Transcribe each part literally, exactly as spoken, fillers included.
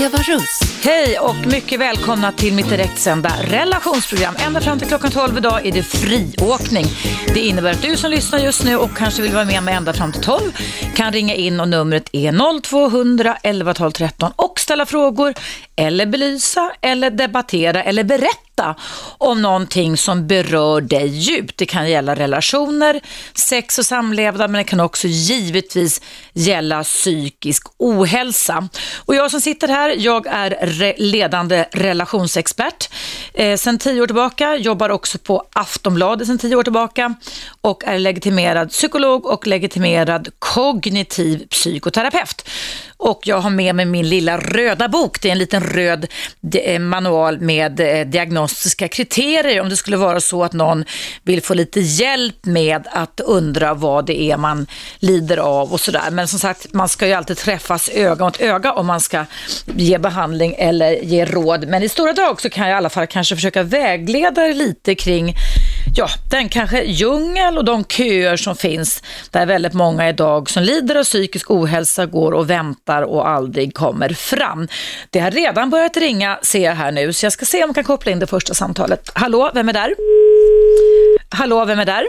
Eva Russ. Hej och mycket välkomna till mitt direktsända relationsprogram. Ända fram till klockan tolv idag är det friåkning. Det innebär att du som lyssnar just nu och kanske vill vara med mig ända fram till tolv kan ringa in och numret är noll två hundra elva tolv tretton och ställa frågor eller belysa eller debattera eller berätta om någonting som berör dig djupt. Det kan gälla relationer, sex och samlevnad, men det kan också givetvis gälla psykisk ohälsa. Och jag som sitter här, jag är re- ledande relationsexpert eh, sedan tio år tillbaka, jobbar också på Aftonbladet sedan tio år tillbaka och är legitimerad psykolog och legitimerad kognitiv psykoterapeut. Och jag har med mig min lilla röda bok. Det är en liten röd eh, manual med eh, diagnostiska kriterier om det skulle vara så att någon vill få lite hjälp med att undra vad det är man lider av och sådär. Men som sagt, man ska ju alltid träffas öga mot öga om man ska ge behandling eller ge råd. Men i stora drag så kan jag i alla fall kanske försöka vägleda lite kring ja, den kanske djungel och de köer som finns där väldigt många idag som lider av psykisk ohälsa går och väntar och aldrig kommer fram. Det har redan börjat ringa, ser jag här nu, så jag ska se om jag kan koppla in det första samtalet. Hallå, vem är där? Hallå, vem är där?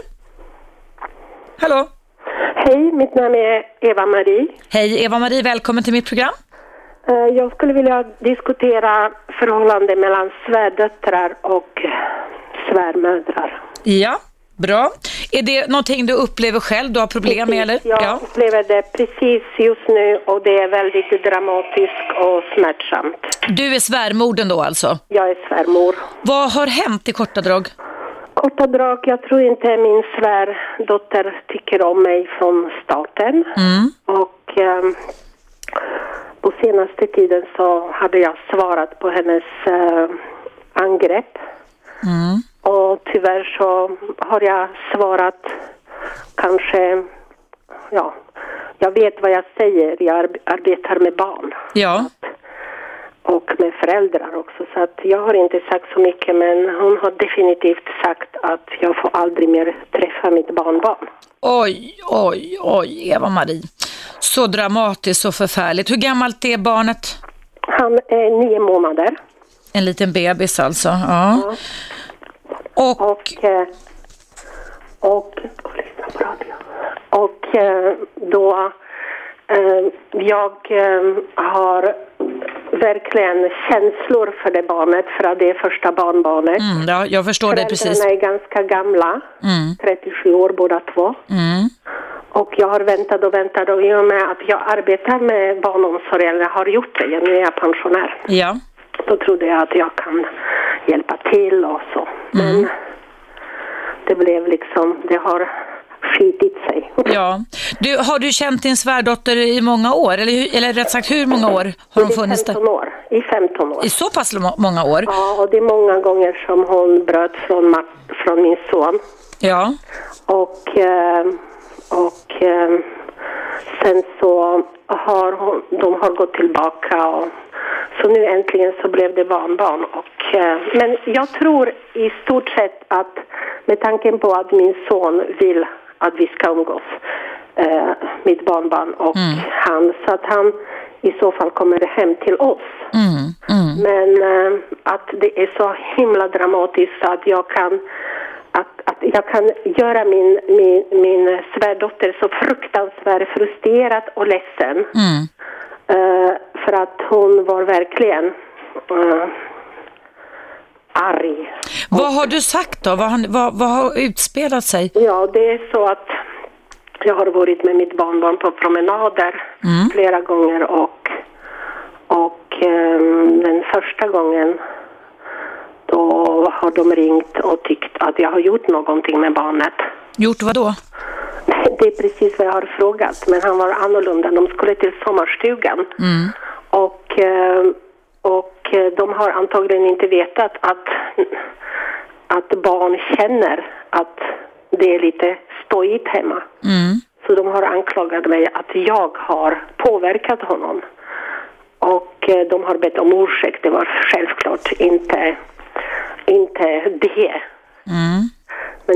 Hallå? Hej, mitt namn är Eva-Marie. Hej Eva-Marie, välkommen till mitt program. Jag skulle vilja diskutera förhållande mellan svärdöttrar och svärmödrar. Ja, bra. Är det någonting du upplever själv, du har problem precis, med eller? Jag ja. upplever det precis just nu och det är väldigt dramatiskt och smärtsamt. Du är svärmodern då alltså? Jag är svärmor. Vad har hänt i korta drag? Korta drag, jag tror inte min svärdotter tycker om mig från starten. Mm. Och eh, på senaste tiden så hade jag svarat på hennes eh, angrepp. Mm. Och tyvärr så har jag svarat kanske, ja, jag vet vad jag säger, jag arbetar med barn. Ja. Och med föräldrar också, så att jag har inte sagt så mycket, men hon har definitivt sagt att jag får aldrig mer träffa mitt barnbarn. Oj, oj, oj, Eva-Marie. Så dramatiskt och förfärligt. Hur gammalt är barnet? Han är nio månader. En liten bebis alltså, ja. ja. Och... Och, och, och lyssna på radio. Och då jag har verkligen känslor för det barnet, för att det är första barnbarnet. Mm, ja, jag förstår det precis. Föräldrarna är ganska gamla, mm. trettiosju år båda två. Mm. Och jag har väntat och väntat och i och med att jag arbetar med barnomsorg, eller har gjort det, nu är jag pensionär. Ja. Då trodde jag att jag kan hjälpa till och så. Men mm. det blev liksom, det har skitit sig. Ja. Du, har du känt din svärdotter i många år? Eller, eller rätt sagt, hur många år har hon funnits där? I femton år. I femton år. I så pass många år? Ja, och det är många gånger som hon bröt från, från min son. Ja. Och, och sen så har hon, de har gått tillbaka och så nu äntligen så blev det barnbarn. Och, men jag tror i stort sett att med tanken på att min son vill att vi ska umgås, eh, mitt barnbarn och mm. han, så att han i så fall kommer hem till oss. Mm. Mm. Men eh, att det är så himla dramatiskt så att jag kan att, att jag kan göra min, min, min svärdotter så fruktansvärt frustrerad och ledsen. Mm. Uh, för att hon var verkligen uh, arg. Vad har du sagt då? Vad har, vad, vad har utspelat sig? Ja, det är så att jag har varit med mitt barnbarn på promenader mm. flera gånger och, och um, den första gången då har de ringt och tyckt att jag har gjort någonting med barnet. Gjort vad då? Det är precis vad jag har frågat, men han var annorlunda. De skulle till sommarstugan mm. och, och de har antagligen inte vetat att, att barn känner att det är lite stojigt hemma. Mm. Så de har anklagat mig att jag har påverkat honom. Och de har bett om ursäkt. Det var självklart inte, inte det. Mm. Men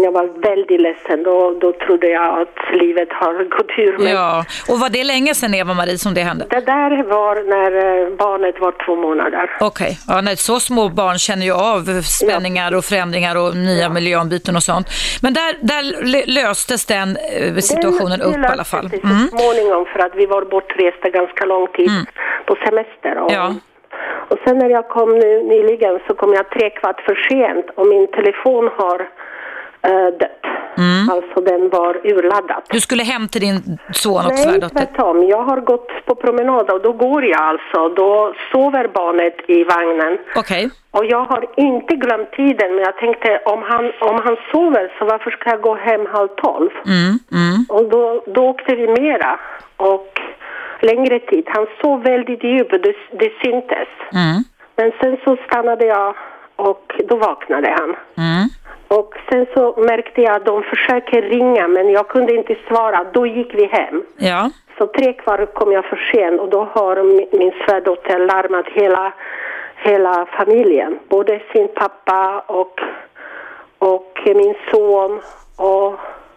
jag var väldigt ledsen. Då, då trodde jag att livet har gått ur mig. Ja, och var det länge sedan, Eva-Marie, som det hände? Det där var när barnet var två månader. Okej, okay. Ja, nej, så små barn känner ju av spänningar ja. och förändringar och nya ja. miljöombyten och sånt. Men där, där löstes den situationen den, upp i alla fall. Det mm. så småningom, för att vi var bortresta ganska lång tid mm. på semester. Och, ja. och sen när jag kom nu nyligen så kom jag tre kvart för sent och min telefon har uh, dött. Mm. Alltså den var urladdad. Du skulle hem till din son och Nej, svärdotter? Nej, tvärtom. Jag har gått på promenad och då går jag alltså. Då sover barnet i vagnen. Okej. Okay. Och jag har inte glömt tiden, men jag tänkte om han, om han sover så varför ska jag gå hem halv tolv? Mm. Mm. Och då, då åkte vi mera och längre tid. Han sov väldigt djupt och det, det syntes. Mm. Men sen så stannade jag och då vaknade han. Mm. Och sen så märkte jag att de försöker ringa men jag kunde inte svara. Då gick vi hem. Ja. Så tre kvar kom jag för sent och då har min, min svärdotter larmat hela, hela familjen. Både sin pappa och, och min son och...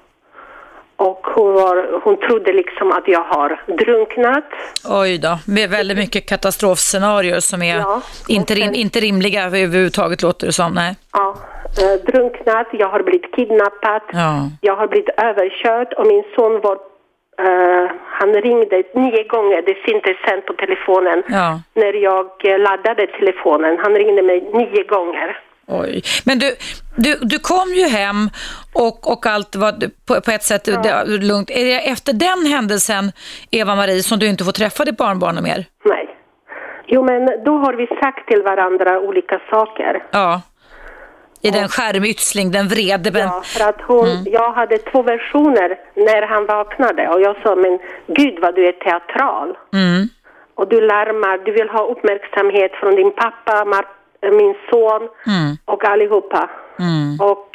Och hon, var, hon trodde liksom att jag har drunknat. Oj då, med väldigt mycket katastrofscenarier som är ja, inte, rim, inte rimliga överhuvudtaget, låter det som. Nej. Ja, eh, drunknat, jag har blivit kidnappad, ja. jag har blivit överkörd och min son var, eh, han ringde nio gånger, det syntes sen på telefonen ja. när jag laddade telefonen. Han ringde mig nio gånger. Oj. Men du, du, du kom ju hem och, och allt var på, på ett sätt ja. det, lugnt. Är det efter den händelsen, Eva-Marie, som du inte får träffa ditt barnbarn mer? Nej. Jo, men då har vi sagt till varandra olika saker. Ja. I den skärmytsling, den vrede. Men... Ja, för att hon, mm. jag hade två versioner när han vaknade. Och jag sa, men gud vad du är teatral. Mm. Och du larmar, du vill ha uppmärksamhet från din pappa, Martin, min son mm. och allihopa. Mm. Och,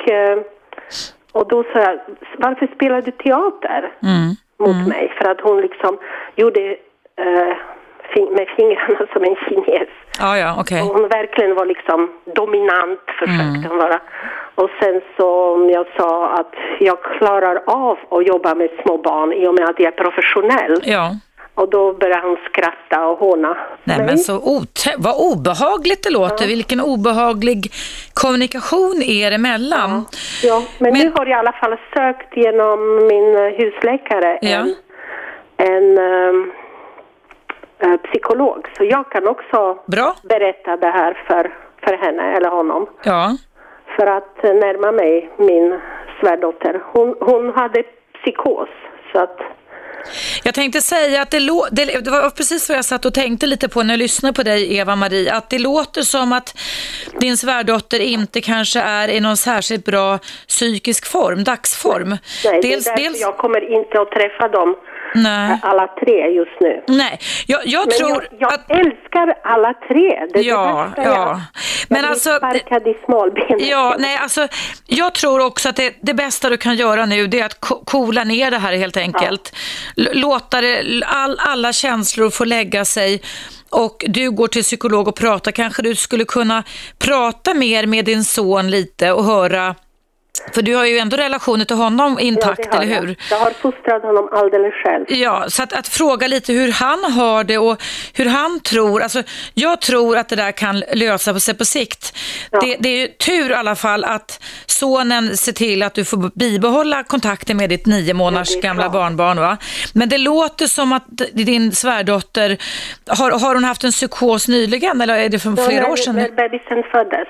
och då sa jag, varför spelar du teater mm. mot mm. mig? För att hon liksom gjorde uh, med fingrarna som en kines. Ah, ja, okay. Och hon verkligen var liksom dominant, försökte mm. hon vara. Och sen så jag sa att jag klarar av att jobba med små barn i och med att jag är professionell. Ja. Och då började han skratta och håna. Nej, men så ote- vad obehagligt det låter. Ja. Vilken obehaglig kommunikation er emellan. Ja, ja men, men nu har jag i alla fall sökt genom min husläkare ja. en, en um, uh, psykolog. Så jag kan också Bra. berätta det här för, för henne eller honom. Ja. För att närma mig min svärdotter. Hon, hon hade psykos, så att... Jag tänkte säga att det, lå- det, det var precis vad jag satt och tänkte lite på när jag lyssnade på dig, Eva-Marie, att det låter som att din svärdotter inte kanske är i någon särskilt bra psykisk form, dagsform. Nej, dels, det är dels... jag kommer inte att träffa dem. Nej. Alla tre just nu. Nej, jag, jag men tror jag, jag att... älskar alla tre. Det är ja, det ja. Jag, men jag alltså, sparkad i smalbenet. Ja, nej, alltså, jag tror också att det, det bästa du kan göra nu, det är att ko- coola ner det här helt enkelt. Ja. L- låta det, all, alla känslor få lägga sig. Och du går till psykolog och pratar. Kanske du skulle kunna prata mer med din son lite och höra... För du har ju ändå relationen till honom intakt, ja, eller hur? Jag. jag har fostrat honom alldeles själv. Ja, så att, att fråga lite hur han har det och hur han tror. Alltså, jag tror att det där kan lösa sig på sikt. Ja. Det, det är ju tur i alla fall att sonen ser till att du får bibehålla kontakten med ditt nio månaders ja, gamla barnbarn, va? Men det låter som att din svärdotter, har, har hon haft en psykos nyligen eller är det för ja, flera när, år sedan? när bebisen föddes.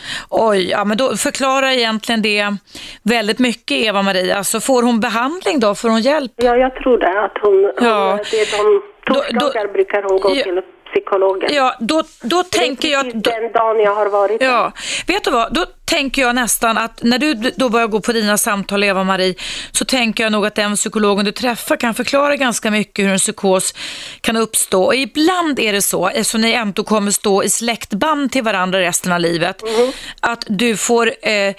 Oj, ja, men då förklarar egentligen det väldigt mycket, Eva-Marie. Alltså, får hon behandling då? Får hon hjälp? Ja, jag tror det. Att hon, ja. hon, det är de torsdagar brukar hon gå ja. till psykologen. Ja, då, då tänker jag... Då, den dagen jag har varit ja, vet du vad? Då tänker jag nästan att när du då börjar gå på dina samtal, Eva-Marie, så tänker jag nog att den psykologen du träffar kan förklara ganska mycket hur en psykos kan uppstå. Och ibland är det så, eftersom ni ändå kommer stå i släktband till varandra resten av livet, mm. att du får... Eh,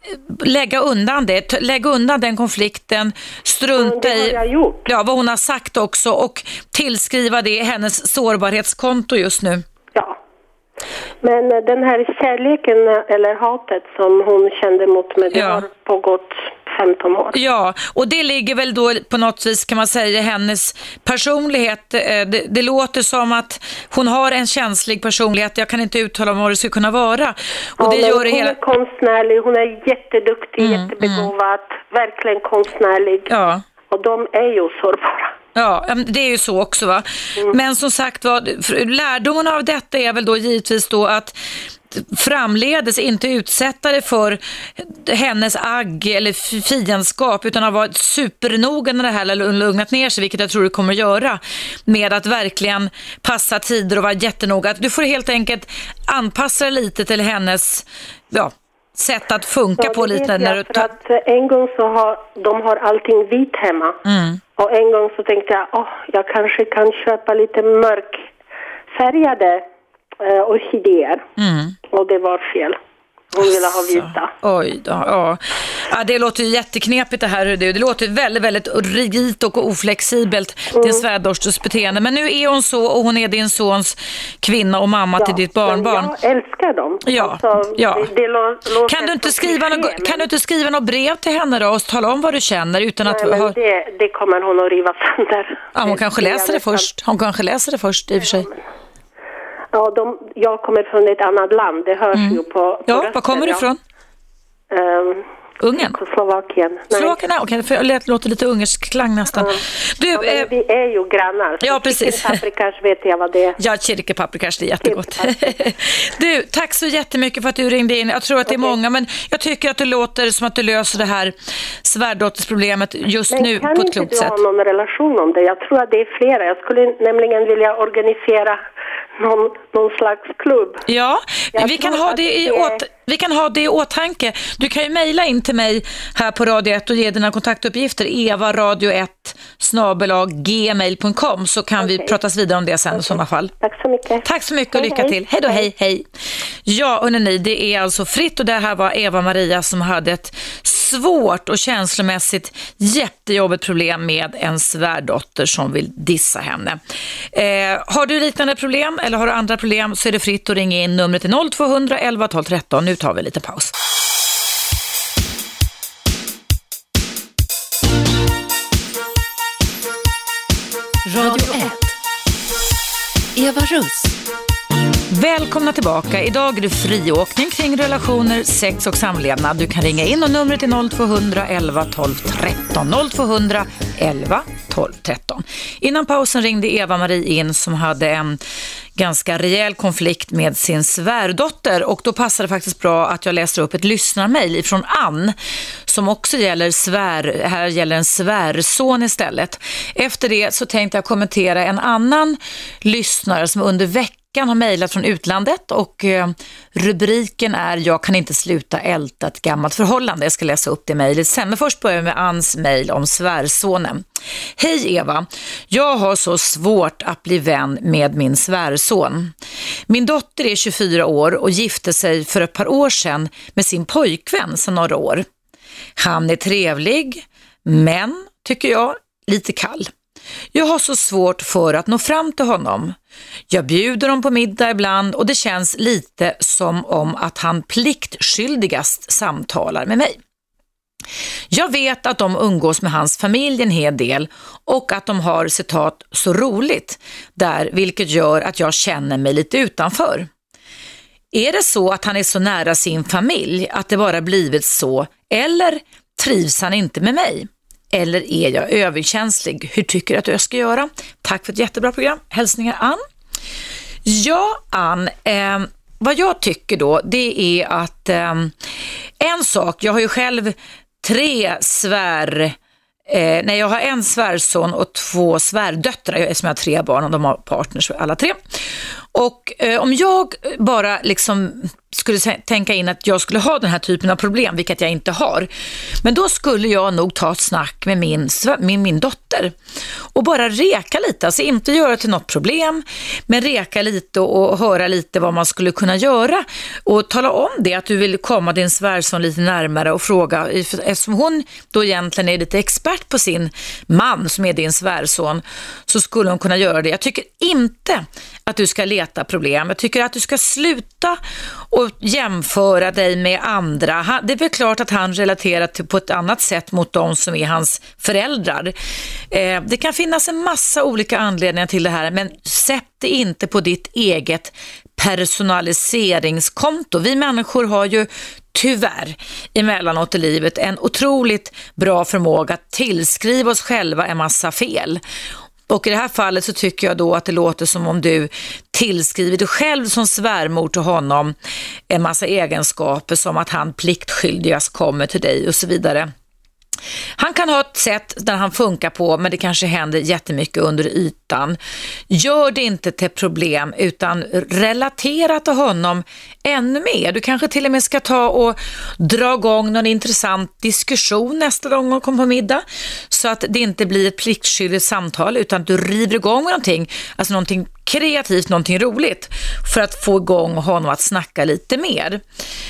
lägga undan det, lägga undan den konflikten, strunta mm, i ja, vad hon har sagt också och tillskriva det hennes sårbarhetskonto just nu. Ja. Men den här kärleken eller hatet som hon kände mot mig, det Ja. har pågått femton år. Ja, och det ligger väl då på något vis, kan man säga, hennes personlighet. Det, det låter som att hon har en känslig personlighet. Jag kan inte uttala om vad det skulle kunna vara. Och Ja, det men gör det hon hela... är konstnärlig, hon är jätteduktig, Mm, jättebegåvad, verkligen konstnärlig. Ja. Och de är ju sårbara. Ja, det är ju så också, va. Mm. Men som sagt, vad, lärdomen av detta är väl då givetvis då att framledes inte utsätta det för hennes agg eller fiendskap, utan har varit supernoga när det här har lugnat ner sig, vilket jag tror det kommer att göra, med att verkligen passa tider och vara jättenoga. Du får helt enkelt anpassa dig lite till hennes, ja, sätt att funka Ja, på det lite. vet När jag, du för att eh, en gång så har de har allting vitt hemma. Mm. Och en gång så tänkte jag, åh, jag kanske kan köpa lite mörkfärgade eh, orkidéer. Mm. Och det var fel. Hon ville ha vita. Oj då, ja. Ja, det låter ju jätteknepigt det här. Det låter väldigt, väldigt rigitt och oflexibelt, Mm. din svärdosters beteende. Men nu är hon så, och hon är din sons kvinna och mamma till ditt barnbarn. Men jag älskar dem. Ja, Alltså, ja. Det, det lå- låter Kan du, inte så skriva kliché, något, men- kan du inte skriva något brev till henne då och tala om vad du känner utan att... Nej, men ha... det, det kommer hon att riva sönder. Ja, hon kanske Det- läser det jag vet först. Hon kanske läser det först i och för sig. Ja, de, jag kommer från ett annat land. Det hörs ju på, på Ja, rösten, var kommer du ja. ifrån? Um, Ungen? Slovakien. Nej. Slovakien, okej, för det låter lite ungersk klang nästan. Du, Ja, men eh, vi är ju grannar. Ja, precis. Paprikas vet jag vad det är. ja, kirkepaprikas, det är jättegott. Du, tack så jättemycket för att du ringde in. Jag tror att det är Okej. många, men jag tycker att det låter som att du löser det här svärdottersproblemet just Men nu kan på ett inte klokt du sätt. ha någon relation om det? Jag tror att det är flera. Jag skulle nämligen vilja organisera någon, någon slags klubb. Ja, Jag vi kan, tror ha att det i det- åt, vi kan ha det i åtanke. Du kan ju mejla in till mig här på Radio ett och ge dina kontaktuppgifter. eva radio ett snabel-a gmail punkt com, så kan vi Okej. pratas vidare om det sen i sådana fall. Tack så mycket. Tack så mycket och Hej, lycka hej. till. Hej då, hej, hej. Ja, hörrni, det är alltså fritt och det här var Eva-Maria som hade ett svårt och känslomässigt jättejobbigt problem med en svärdotter som vill dissa henne. Eh, har du liknande problem eller har du andra problem så är det fritt att ringa in. Numret är noll två hundra elva tolv tretton. Nu tar vi lite paus. Radio ett. Eva Russ. Välkomna tillbaka. Idag är det friåkning kring relationer, sex och samlevnad. Du kan ringa in och numret är noll två hundra elva tolv tretton. noll två hundra elva tolv tretton. Innan pausen ringde Eva-Marie in som hade en ganska rejäl konflikt med sin svärdotter, och då passade det faktiskt bra att jag läser upp ett lyssnarmail ifrån Ann som också gäller svär, här gäller en svärson istället. Efter det så tänkte jag kommentera en annan lyssnare som under veckan har mejlat från utlandet, och eh, rubriken är "Jag kan inte sluta älta ett gammalt förhållande". Jag ska läsa upp det mejlet sen, men först börjar jag med Anns mejl om svärsonen. Hej Eva, jag har så svårt att bli vän med min svärson. Min dotter är tjugofyra år och gifte sig för ett par år sedan med sin pojkvän sedan några år. Han är trevlig, men, tycker jag, lite kall. Jag har så svårt för att nå fram till honom. Jag bjuder honom på middag ibland och det känns lite som om att han pliktskyldigast samtalar med mig. Jag vet att de umgås med hans familj en hel del och att de har, citat, så roligt där, vilket gör att jag känner mig lite utanför. Är det så att han är så nära sin familj att det bara blivit så, eller trivs han inte med mig? Eller är jag överkänslig? Hur tycker du att jag ska göra? Tack för ett jättebra program. Hälsningar Ann. Ja, Ann, eh, vad jag tycker då, det är att eh, en sak, jag har ju själv tre svär, eh, nej jag har en svärson och två svärdöttrar, jag, som jag har tre barn och de har partners alla tre. Och eh, om jag bara liksom skulle tänka in att jag skulle ha den här typen av problem, vilket jag inte har. Men då skulle jag nog ta ett snack med min, min, min dotter och bara reka lite, alltså inte göra till något problem, men reka lite och, och höra lite vad man skulle kunna göra och tala om det, att du vill komma din svärson lite närmare och fråga, eftersom hon då egentligen är lite expert på sin man som är din svärson, så skulle hon kunna göra det. Jag tycker inte att du ska leta problem. Jag tycker att du ska sluta och jämföra dig med andra. Det är väl klart att han relaterar till på ett annat sätt mot de som är hans föräldrar. Eh, det kan finnas en massa olika anledningar till det här, men sätt det inte på ditt eget personaliseringskonto. Vi människor har ju tyvärr emellanåt i livet en otroligt bra förmåga att tillskriva oss själva en massa fel. Och i det här fallet så tycker jag då att det låter som om du tillskriver dig själv som svärmor till honom en massa egenskaper, som att han pliktskyldigast kommer till dig och så vidare. Han kan ha ett sätt där han funkar på, men det kanske händer jättemycket under ytan. Gör det inte till problem, utan relatera till honom ännu mer. Du kanske till och med ska ta och dra igång någon intressant diskussion nästa gång hon kommer på middag, så att det inte blir ett pliktskyldigt samtal, utan att du river igång någonting, alltså någonting kreativt, någonting roligt, för att få igång honom att snacka lite mer.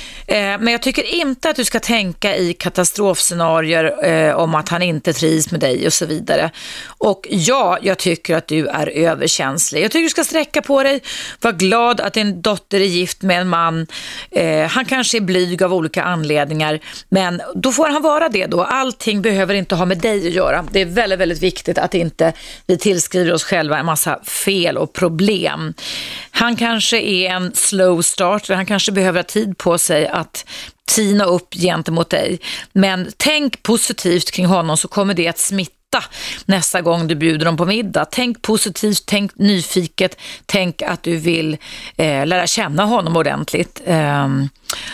Men jag tycker inte att du ska tänka i katastrofscenarier eh, om att han inte trivs med dig och så vidare. Och ja, jag tycker att du är överkänslig. Jag tycker du ska sträcka på dig. Var glad att din dotter är gift med en man. Eh, han kanske är blyg av olika anledningar, men då får han vara det då. Allting behöver inte ha med dig att göra. Det är väldigt, väldigt viktigt att inte vi tillskriver oss själva en massa fel och problem. Han kanske är en slow start. Han kanske behöver ha tid på sig att tina upp gentemot dig. Men tänk positivt kring honom, så kommer det att smitta nästa gång du bjuder dem på middag. Tänk positivt, tänk nyfiket, tänk att du vill eh, lära känna honom ordentligt. Um,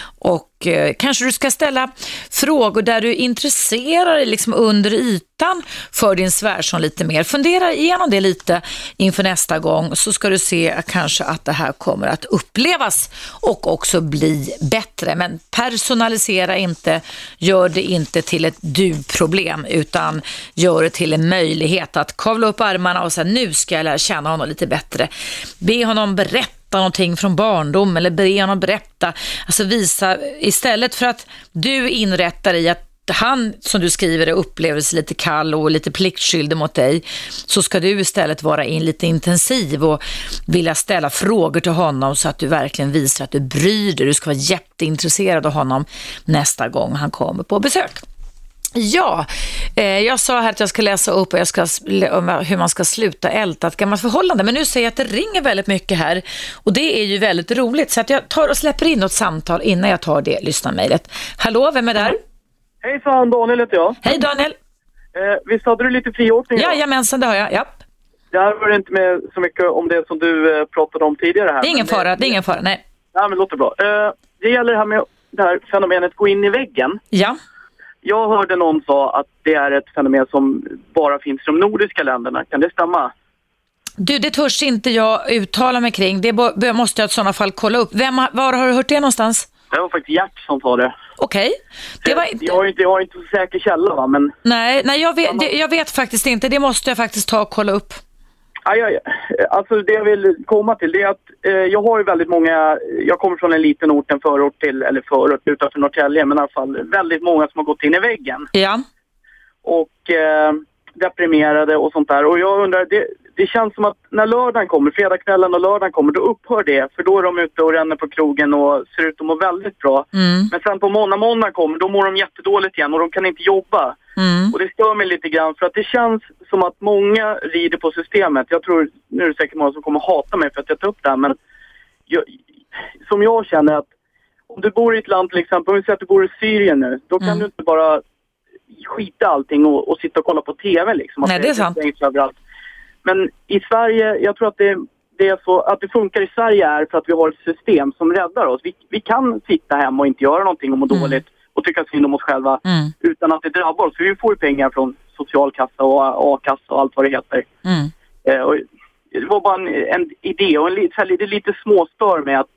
och eh, kanske du ska ställa frågor där du intresserar dig liksom under ytan för din svärson lite mer. Fundera igenom det lite inför nästa gång, så ska du se kanske att det här kommer att upplevas och också bli bättre. Men personalisera inte, gör det inte till ett du-problem, utan gör det till en möjlighet att kavla upp armarna och säga, nu ska jag lära känna honom lite bättre. Be honom berätta någonting från barndom, eller be honom berätta, alltså visa, istället för att du inrättar i att han, som du skriver, upplever sig lite kall och lite pliktskyldig mot dig, så ska du istället vara in lite intensiv och vilja ställa frågor till honom, så att du verkligen visar att du bryr dig. Du ska vara jätteintresserad av honom nästa gång han kommer på besök. Ja, eh, jag sa här att jag ska läsa upp och jag ska, hur man ska sluta älta ett gammalt förhållande. Men nu säger jag att det ringer väldigt mycket här, och det är ju väldigt roligt. Så att jag tar och släpper in något samtal innan jag tar det lyssnarmejlet. Hallå, vem är där? Hejsan, Daniel heter jag. Hej Daniel. Eh, visst hade du lite friåkning? Jajamensan, det har jag, ja. Det här var inte med så mycket om det som du eh, pratade om tidigare här. Det är ingen fara, det, det är ingen fara, nej. Ja, men det låter bra. Eh, det gäller det här med det här fenomenet gå in i väggen. Ja. Jag hörde någon sa att det är ett fenomen som bara finns i de nordiska länderna. Kan det stämma? Du, det törs inte jag uttala mig kring. Det bo- måste jag i sådana fall kolla upp. Vem, var har du hört det någonstans? Det var faktiskt Gert som sa det. Okej. Okay. Var... Jag, har inte, jag har inte så säker källa, va? Men... Nej, nej jag, vet, det, jag vet faktiskt inte. Det måste jag faktiskt ta och kolla upp. Aj, aj. Alltså det jag vill komma till, det är att eh, jag har ju väldigt många, jag kommer från en liten ort, en förort till, eller förort utanför Norrtälje, men i alla fall väldigt många som har gått in i väggen. Ja. Och eh, deprimerade och sånt där. Och jag undrar, det, det känns som att när lördagen kommer, fredagskvällen och lördagen kommer, då upphör det. För då är de ute och ränner på krogen och ser ut att må väldigt bra. Mm. Men sen på måndag, måndag kommer, då mår de jättedåligt igen och de kan inte jobba. Mm. Och det stör mig lite grann, för att det känns som att många rider på systemet. Jag tror, nu är det säkert många som kommer hata mig för att jag tar upp det här, men jag, som jag känner att om du bor i ett land till exempel, om vi säger att du bor i Syrien nu, då kan mm. du inte bara skita allting och, och sitta och kolla på tv liksom. Nej, det är sant. Överallt. Men i Sverige, jag tror att det, det är så att det funkar i Sverige är för att vi har ett system som räddar oss. Vi, vi kan sitta hemma och inte göra någonting och må mm. dåligt och tycka synd om oss själva mm. utan att det drabbar oss. För vi får ju pengar från socialkassa och A-kassa och allt vad det heter. Mm. Eh, och det var bara en, en idé och en, så här, det är lite småstör med att,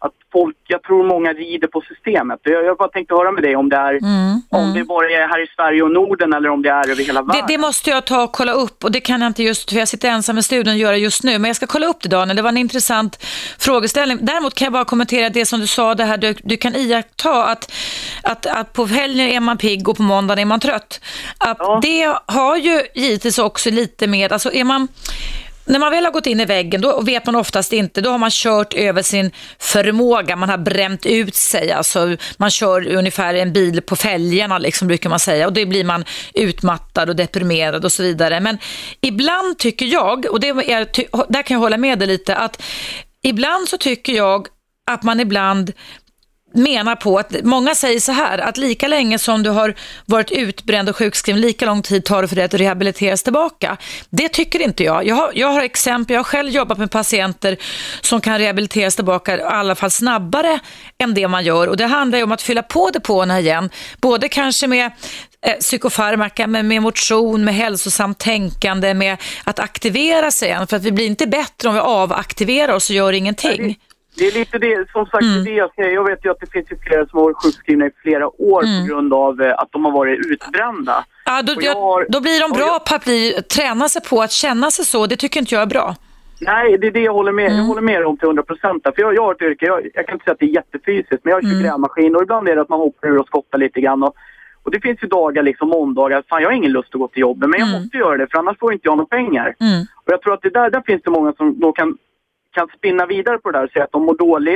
att folk, jag tror många rider på systemet. Jag, jag bara tänkte höra med dig om det är mm, om mm. det bara är här i Sverige och Norden eller om det är över hela världen. Det, det måste jag ta och kolla upp, och det kan jag inte just, för jag sitter ensam i studion och göra just nu, men jag ska kolla upp det, Daniel. Det var en intressant frågeställning. Däremot kan jag bara kommentera det som du sa, det här du, du kan iaktta att, att, att på helgen är man pigg och på måndagen är man trött. Att ja. Det har ju givetvis också lite med, alltså är man när man väl har gått in i väggen, då vet man oftast inte, då har man kört över sin förmåga, man har bränt ut sig, alltså man kör ungefär en bil på fälgarna liksom, brukar man säga, och då blir man utmattad och deprimerad och så vidare. Men ibland tycker jag, och det är, där kan jag hålla med dig lite, att ibland så tycker jag att man ibland menar på att många säger så här, att lika länge som du har varit utbränd och sjukskriven, lika lång tid tar det för dig att rehabiliteras tillbaka. Det tycker inte jag. Jag har, jag har exempel, jag har själv jobbat med patienter som kan rehabiliteras tillbaka i alla fall snabbare än det man gör, och det handlar ju om att fylla på depåerna igen, både kanske med eh, psykofarmaka, med, med motion, med hälsosamt tänkande, med att aktivera sig igen, för att vi blir inte bättre om vi avaktiverar oss och gör ingenting. Det är lite det, som sagt, mm. det jag säger. Jag vet ju att det finns ju flera som har varit sjukskrivna i flera år mm. på grund av att de har varit utbrända. Ja, då, jag, har, då blir de bra jag, på att bli, träna sig på att känna sig så. Det tycker inte jag är bra. Nej, det är det jag håller med, mm. jag håller med om till hundra procent. För jag, jag har ett yrke, jag, jag kan inte säga att det är jättefysiskt, men jag har mm. grävmaskin, och ibland är det att man hoppar ur och skottar lite grann. Och, och det finns ju dagar, liksom måndagar, fan jag har ingen lust att gå till jobbet, men jag mm. måste göra det, för annars får inte jag några pengar. Mm. Och jag tror att det där, där finns det många som då kan kan spinna vidare på det där och säga att de mår dåligt,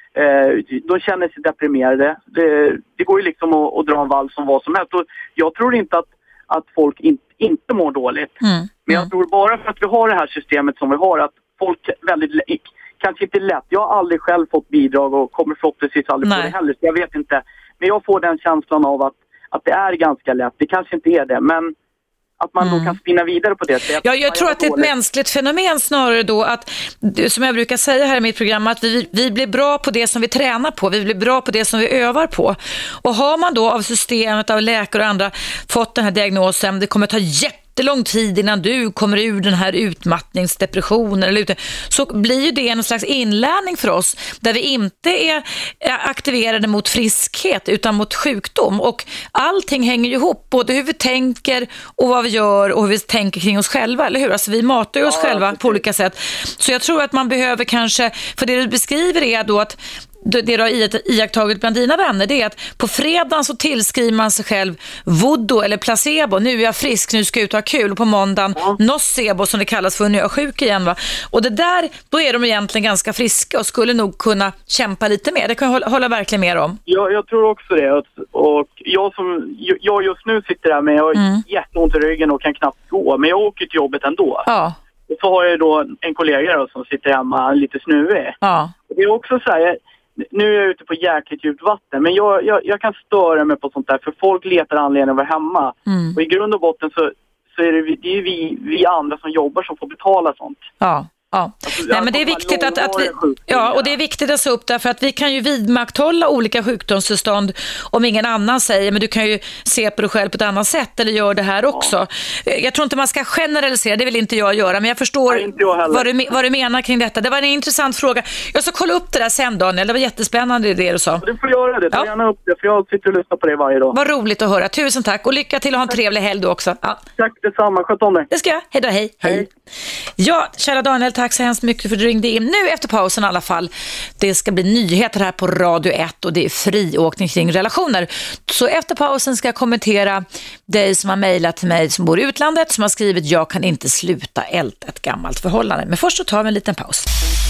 eh, de känner sig deprimerade. Det, det går ju liksom att, att dra en vall som vad som helst. Och jag tror inte att, att folk in, inte mår dåligt. Mm. Men jag tror bara för att vi har det här systemet som vi har, att folk väldigt, kanske inte lätt. Jag har aldrig själv fått bidrag och kommer förhoppningsvis aldrig få det heller. Så jag vet inte. Men jag får den känslan av att, att det är ganska lätt. Det kanske inte är det, men att man mm. då kan spinna vidare på det sättet. Ja, jag tror att det är ett mänskligt fenomen snarare då, att, som jag brukar säga här i mitt program, att vi, vi blir bra på det som vi tränar på, vi blir bra på det som vi övar på. Och har man då av systemet, av läkare och andra fått den här diagnosen, det kommer ta jättelång tid innan du kommer ur den här utmattningsdepressionen eller ute, så blir ju det en slags inlärning för oss där vi inte är aktiverade mot friskhet utan mot sjukdom, och allting hänger ju ihop, både hur vi tänker och vad vi gör och hur vi tänker kring oss själva, eller hur? Alltså vi matar ju oss ja, själva på olika sätt. Så jag tror att man behöver kanske, för det du beskriver är då att det du har iakttagit bland dina vänner, det är att på fredagen så tillskriver man sig själv voodoo eller placebo. Nu är jag frisk, nu ska jag ut och ha kul. Och på måndagen ja. nocebo, som det kallas för, nu är jag sjuk igen, va? Och det där, då är de egentligen ganska friska och skulle nog kunna kämpa lite mer. Det kan jag hålla, hålla verkligen med om. Ja, jag tror också det. Och jag som jag just nu sitter där med, jag har mm. jätteont i ryggen och kan knappt gå, men jag åker till jobbet ändå. Ja. Och så har jag då en kollega då som sitter hemma lite snuvig. Ja. Och det är också så här, nu är jag ute på jäkligt djupt vatten, men jag, jag, jag kan störa mig på sånt där, för folk letar anledning att vara hemma. Mm. Och i grund och botten så, så är det, det är vi, vi andra som jobbar som får betala sånt. Ja. Ja, alltså, nej, men det är viktigt att, att vi, ja, och det är viktigt att se upp där, för att vi kan ju vidmakthålla olika sjukdomstillstånd om ingen annan säger, men du kan ju se på dig själv på ett annat sätt eller gör det här också. Ja. Jag tror inte man ska generalisera, det vill inte jag göra, men jag förstår nej, jag vad, du, vad du menar kring detta. Det var en intressant fråga. Jag ska kolla upp det där sen, Daniel. Det var jättespännande det du sa. Du får göra det, ta ja. gärna upp det, för jag sitter och lyssnar på det varje dag. Vad roligt att höra, tusen tack och lycka till och ha en trevlig helg du också. Ja. Tack detsamma, sköt om dig. Det ska jag, hej då, hej. Hej. hej. Ja, kära Daniel, tack så hemskt mycket för att du ringde in. Nu efter pausen i alla fall, det ska bli nyheter här på Radio ett och det är friåkning kring relationer. Så efter pausen ska jag kommentera dig som har mejlat till mig som bor i utlandet, som har skrivit jag kan inte sluta älta ett gammalt förhållande. Men först så tar vi en liten paus.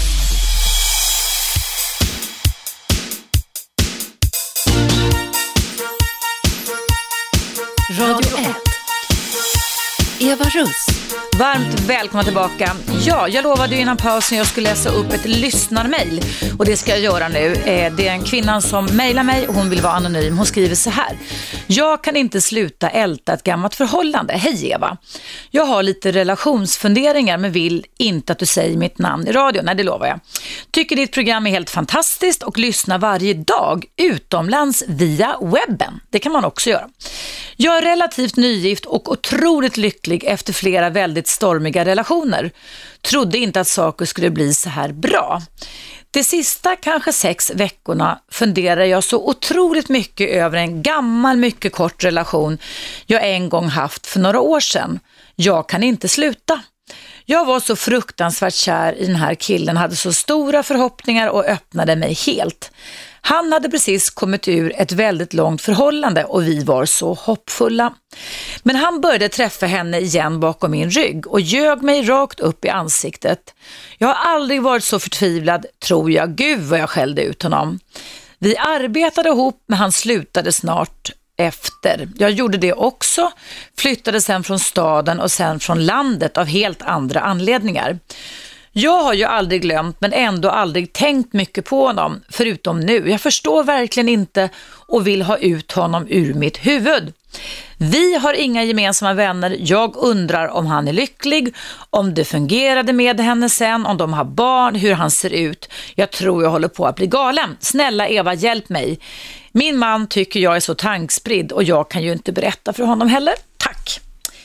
Radio ett. Eva Russ. Varmt välkomna tillbaka. Ja, jag lovade ju innan pausen jag skulle läsa upp ett lyssnarmail och det ska jag göra nu. Det är en kvinna som mejlar mig och hon vill vara anonym. Hon skriver så här: jag kan inte sluta älta ett gammalt förhållande. Hej Eva. Jag har lite relationsfunderingar men vill inte att du säger mitt namn i radio. Nej, det lovar jag. Tycker ditt program är helt fantastiskt och lyssnar varje dag utomlands via webben. Det kan man också göra. Jag är relativt nygift och otroligt lycklig efter flera väldigt stormiga relationer. Trodde inte att saker skulle bli så här bra. De sista kanske sex veckorna funderar jag så otroligt mycket över en gammal, mycket kort relation jag en gång haft för några år sedan. Jag kan inte sluta. Jag var så fruktansvärt kär i den här killen, hade så stora förhoppningar och öppnade mig helt. Han hade precis kommit ur ett väldigt långt förhållande och vi var så hoppfulla. Men han började träffa henne igen bakom min rygg och ljög mig rakt upp i ansiktet. Jag har aldrig varit så förtvivlad, tror jag. Gud vad jag skällde ut honom. Vi arbetade ihop, men han slutade snart efter. Jag gjorde det också, flyttade sen från staden och sen från landet av helt andra anledningar. Jag har ju aldrig glömt men ändå aldrig tänkt mycket på honom, förutom nu. Jag förstår verkligen inte och vill ha ut honom ur mitt huvud. Vi har inga gemensamma vänner. Jag undrar om han är lycklig, om det fungerade med henne sen, om de har barn, hur han ser ut. Jag tror jag håller på att bli galen. Snälla Eva, hjälp mig. Min man tycker jag är så tankspridd och jag kan ju inte berätta för honom heller. Tack.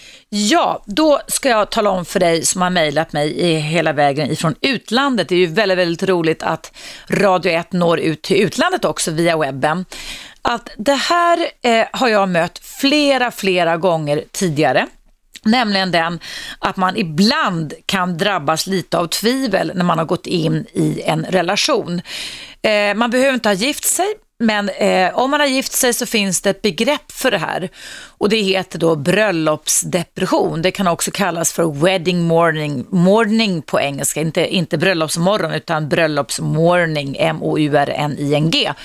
Ja, då ska jag tala om för dig som har mejlat mig hela vägen ifrån utlandet. Det är ju väldigt, väldigt roligt att Radio ett når ut till utlandet också via webben. Att det här eh, har jag mött flera, flera gånger tidigare. Nämligen den att man ibland kan drabbas lite av tvivel när man har gått in i en relation. Eh, man behöver inte ha gift sig. Men eh, om man har gift sig så finns det ett begrepp för det här och det heter då bröllopsdepression. Det kan också kallas för wedding morning, morning på engelska, inte, inte bröllopsmorgon utan bröllopsmorning, M O U R N I N G.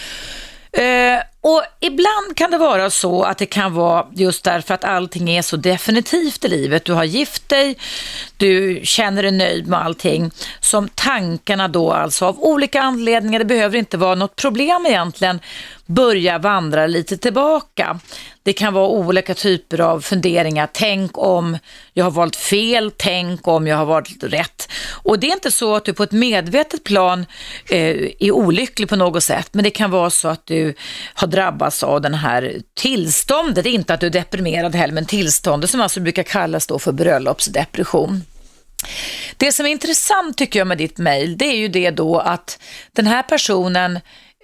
Eh, och ibland kan det vara så att det kan vara just därför att allting är så definitivt i livet. Du har gift dig, du känner dig nöjd med allting. Som tankarna då alltså av olika anledningar, det behöver inte vara något problem egentligen, börja vandra lite tillbaka. Det kan vara olika typer av funderingar. Tänk om jag har valt fel, tänk om jag har valt rätt. Och det är inte så att du på ett medvetet plan eh, är olycklig på något sätt, men det kan vara så att du har drabbats av den här tillståndet. Det är inte att du är deprimerad heller, men tillståndet som alltså brukar kallas då för bröllopsdepression. Det som är intressant tycker jag med ditt mejl, det är ju det då att den här personen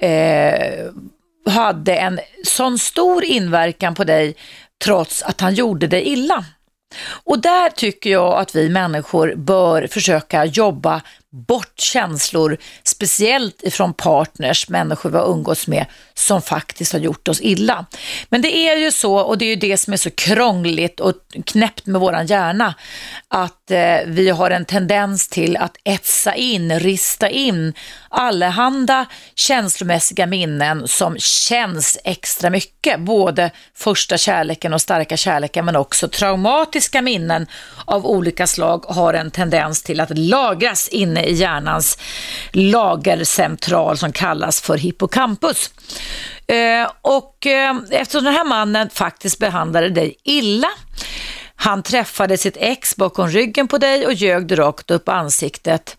eh, hade en sån stor inverkan på dig trots att han gjorde dig illa. Och där tycker jag att vi människor bör försöka jobba bort känslor, speciellt ifrån partners, människor vi har umgåtts med som faktiskt har gjort oss illa. Men det är ju så, och det är ju det som är så krångligt och knäppt med våran hjärna, att eh, vi har en tendens till att etsa in, rista in allehanda känslomässiga minnen som känns extra mycket, både första kärleken och starka kärleken, men också traumatiska minnen av olika slag har en tendens till att lagras inne i hjärnans lagercentral som kallas för hippocampus. Eh, och eh, eftersom den här mannen faktiskt behandlade dig illa, han träffade sitt ex bakom ryggen på dig och ljög det rakt upp ansiktet,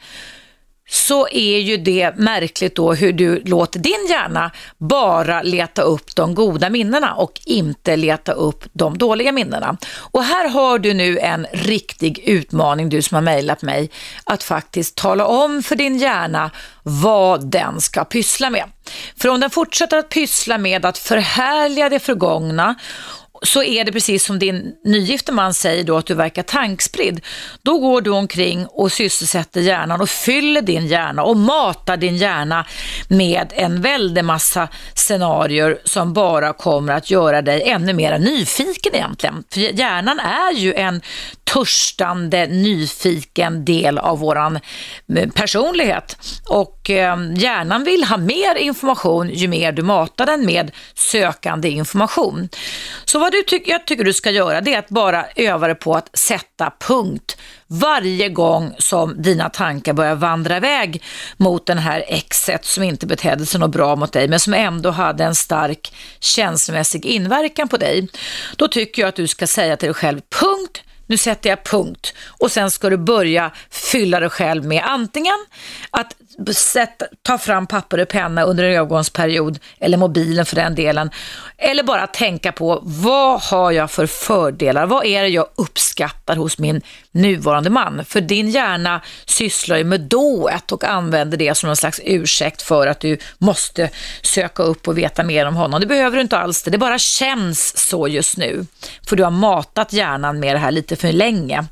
så är ju det märkligt då hur du låter din hjärna bara leta upp de goda minnena och inte leta upp de dåliga minnena. Och här har du nu en riktig utmaning, du som har mejlat mig, att faktiskt tala om för din hjärna vad den ska pyssla med. För om den fortsätter att pyssla med att förhärliga det förgångna, så är det precis som din nygifte man säger då, att du verkar tankspridd. Då går du omkring och sysselsätter hjärnan och fyller din hjärna och matar din hjärna med en väldig massa scenarier som bara kommer att göra dig ännu mer nyfiken egentligen. För hjärnan är ju en törstande, nyfiken del av våran personlighet. Och eh, hjärnan vill ha mer information ju mer du matar den med sökande information. Så vad du ty- jag tycker du ska göra, det är att bara öva dig på att sätta punkt varje gång som dina tankar börjar vandra iväg mot den här exet som inte betedde sig något bra mot dig, men som ändå hade en stark känslomässig inverkan på dig. Då tycker jag att du ska säga till dig själv: punkt, nu sätter jag punkt. Och sen ska du börja fylla dig själv med antingen att sätta, ta fram papper och penna under en övergångsperiod, eller mobilen för den delen, eller bara tänka på vad har jag för fördelar, vad är det jag uppskattar hos min nuvarande man. För din hjärna sysslar ju med dået och använder det som en slags ursäkt för att du måste söka upp och veta mer om honom. Det behöver du inte alls, det, det bara känns så just nu, för du har matat hjärnan med det här lite för länge.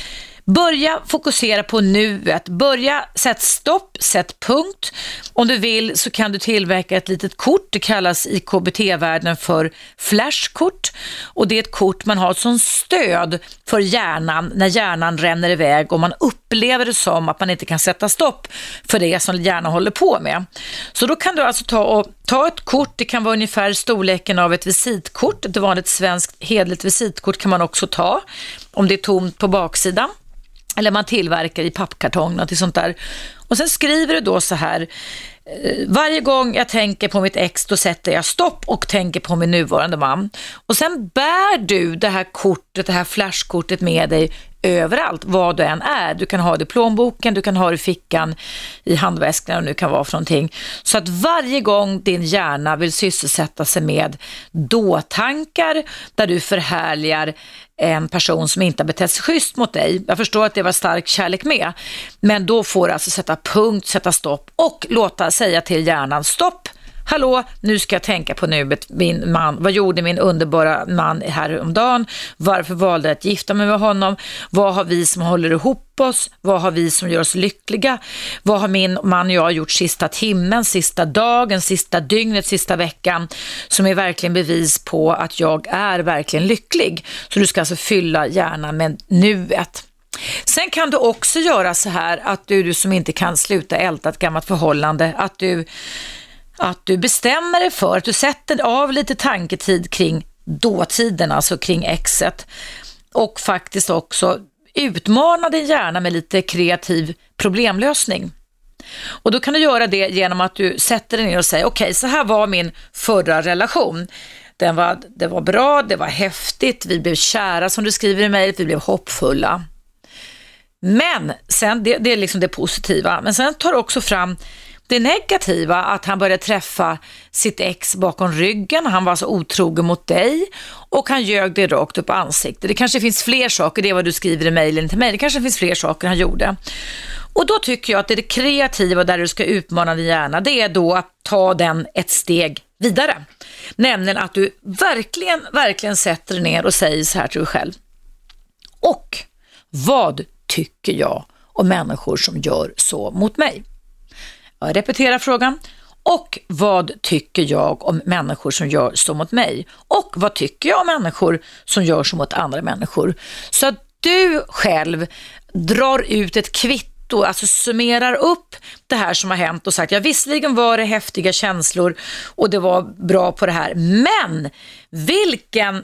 Börja fokusera på nuet. Börja, sätt stopp, sätt punkt. Om du vill så kan du tillverka ett litet kort. Det kallas i K B T-världen för flashkort. Och det är ett kort man har som stöd för hjärnan när hjärnan ränner iväg och man upplever det som att man inte kan sätta stopp för det som hjärnan håller på med. Så då kan du alltså ta, och, ta ett kort. Det kan vara ungefär storleken av ett visitkort. Ett vanligt svenskt hederligt visitkort kan man också ta om det är tomt på baksidan. Eller man tillverkar i pappkartong och sånt där. Och sen skriver du då så här: varje gång jag tänker på mitt ex, då sätter jag stopp och tänker på min nuvarande man. Och sen bär du det här kortet, det här flashkortet med dig överallt, vad du än är. Du kan ha det i plånboken, du kan ha det i fickan, i handväskan, och nu kan vara för någonting. Så att varje gång din hjärna vill sysselsätta sig med då-tankar där du förhärligar en person som inte har betett sig schysst mot dig. Jag förstår att det var stark kärlek med, men då får du alltså sätta punkt, sätta stopp och låta säga till hjärnan: stopp, hallå, nu ska jag tänka på nuet, min man, vad gjorde min underbara man här om dagen? Varför valde jag att gifta mig med honom? Vad har vi som håller ihop oss? Vad har vi som gör oss lyckliga? Vad har min man och jag gjort sista timmen, sista dagen, sista dygnet, sista veckan som är verkligen bevis på att jag är verkligen lycklig? Så du ska alltså fylla hjärnan med nuet. Sen kan du också göra så här att du, du som inte kan sluta älta ett gammalt förhållande, att du Att du bestämmer dig för att du sätter av lite tanketid kring dåtiden, alltså kring exet, och faktiskt också utmana din hjärna med lite kreativ problemlösning. Och då kan du göra det genom att du sätter dig ner och säger: okej, okay, så här var min förra relation. Den var, det var bra, det var häftigt, vi blev kära som du skriver i mejlet, vi blev hoppfulla. Men sen, det, det är liksom det positiva, men sen tar du också fram det negativa, att han började träffa sitt ex bakom ryggen, han var så otrogen mot dig och han ljög dig rakt upp ansiktet. Det kanske finns fler saker, det är vad du skriver i mejlen till mig, det kanske finns fler saker han gjorde. Och då tycker jag att det är det kreativa där du ska utmana din hjärna, det är då att ta den ett steg vidare. Nämligen att du verkligen, verkligen sätter dig ner och säger så här till dig själv: och vad tycker jag om människor som gör så mot mig? Jag repeterar frågan. Och vad tycker jag om människor som gör så mot mig? Och vad tycker jag om människor som gör så mot andra människor? Så att du själv drar ut ett kvitto, alltså summerar upp det här som har hänt och sagt: ja, visserligen var det häftiga känslor och det var bra på det här, men vilken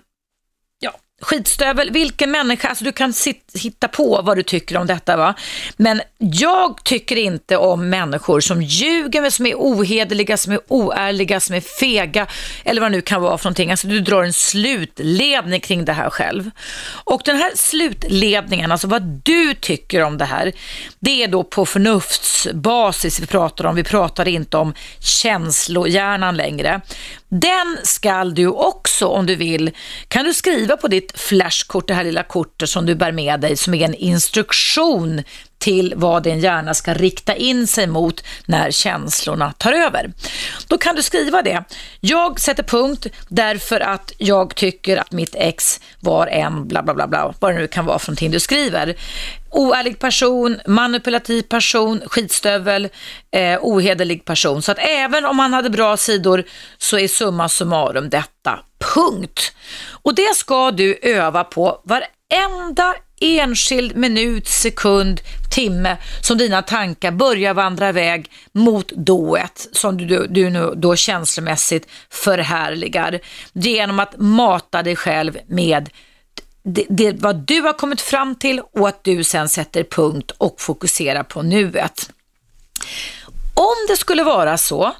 skitstövel, vilken människa, alltså du kan sit, hitta på vad du tycker om detta, va? Men jag tycker inte om människor som ljuger, som är ohederliga, som är oärliga, som är fega, eller vad det nu kan vara för någonting. Alltså du drar en slutledning kring det här själv. Och den här slutledningen, alltså vad du tycker om det här, det är då på förnuftsbasis vi pratar om. Vi pratar inte om känslohjärnan längre. Den ska du också, om du vill, kan du skriva på ditt flashkort, det här lilla kortet som du bär med dig, som är en instruktion till vad din hjärna ska rikta in sig mot när känslorna tar över. Då kan du skriva det: jag sätter punkt därför att jag tycker att mitt ex var en bla bla bla bla, vad det nu kan vara för någonting du skriver. Oärlig person, manipulativ person, skitstövel, eh, ohederlig person. Så att även om man hade bra sidor så är summa summarum detta, punkt. Och det ska du öva på varenda enskild minut, sekund, timme som dina tankar börjar vandra iväg mot dået som du, du nu då känslomässigt förhärligar, genom att mata dig själv med det, det vad du har kommit fram till, och att du sen sätter punkt och fokuserar på nuet. Om det skulle vara så